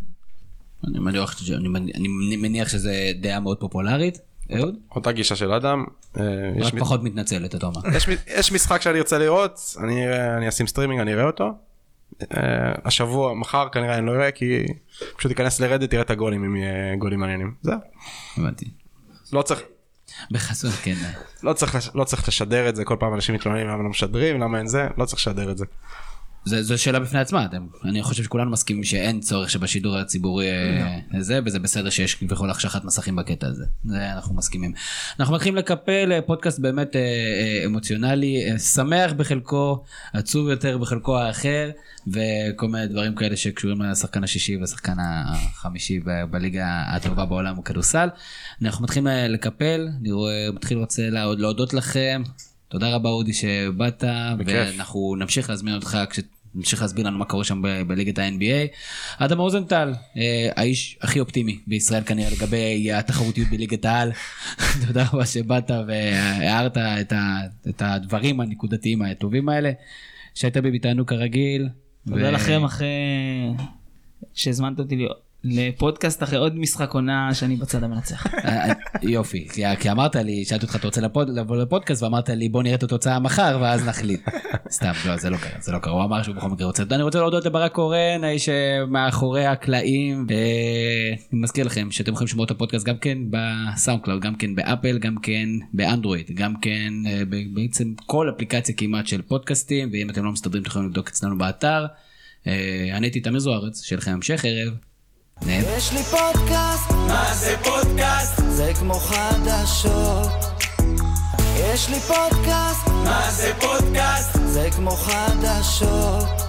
אני מניח שזה דעה מאוד פופולרית. אותה גישה של אדם. רק פחות מתנצלת, אתה אומר. יש משחק שאני ארצה לראות, אני אשים סטרימינג, אני אראה אותו. השבוע, מחר כנראה אני לא אראה, כי פשוט ייכנס לרדת, תראה את הגולים אם יהיה גולים מעניינים. זהו. הבנתי. לא צריך, בחסות, כן. לא צריך לשדר את זה, כל פעם אנשים מתלוננים למה לא משדרים, למה אין זה, לא צריך לשדר את זה. זו שאלה בפני עצמה, אני חושב שכולנו מסכימים שאין צורך שבשידור הציבורי זה, וזה בסדר שיש כביכול החשכת מסכים בקטע הזה, זה אנחנו מסכימים. אנחנו מתחילים לקפל פודקאסט באמת אמוציונלי, שמח בחלקו, עצוב יותר בחלקו האחר, וכל מיני דברים כאלה שקשורים לשחקן השישי והשחקן החמישי בליגה הטובה בעולם בכדורסל. אנחנו מתחילים לקפל, אני רוצה להודות לכם, תודה רבה אודי שבאת, ואנחנו נמשיך להזמין אותך נמשיך להסביר לנו מה קורה שם בליגת ה-NBA. אדם רוזנטל, האיש הכי אופטימי בישראל כנראה לגבי התחרותיות בליגת העל. תודה רבה שבאת והערת את הדברים הנקודתיים הטובים האלה. שהיית ביטנו כרגיל. תודה לכם אחרי שהזמנת אותי לפודקאסט אחרי עוד משחק עונה שאני בצד המנצח. יופי, כי אמרת לי, שאלתי אותך, אתה רוצה לבוא לפודקאסט, ואמרת לי, בוא נראה את התוצאה מחר, ואז נחליט. סתם, לא, זה לא קרה, הוא אמר שהוא בכל מקרה רוצה. אני רוצה להודות לברק קורן, האיש מאחורי הקלעים, אני מזכיר לכם שאתם יכולים לשמוע את הפודקאסט גם כן בסאונדקלאוד, גם כן באפל, גם כן באנדרואיד, גם כן בעצם כל אפליקציה כמעט של פודקאסטים, ואם אתם לא מסתדרים, אתם יכולים לבדוק אצלנו באתר. אני הייתי תמיר זוארץ, שיהיה לכם המשך ערב. יש לי פודקאסט, מה זה פודקאסט? זה כמו חדשות. יש לי פודקאסט, מה זה פודקאסט? זה כמו חדשות.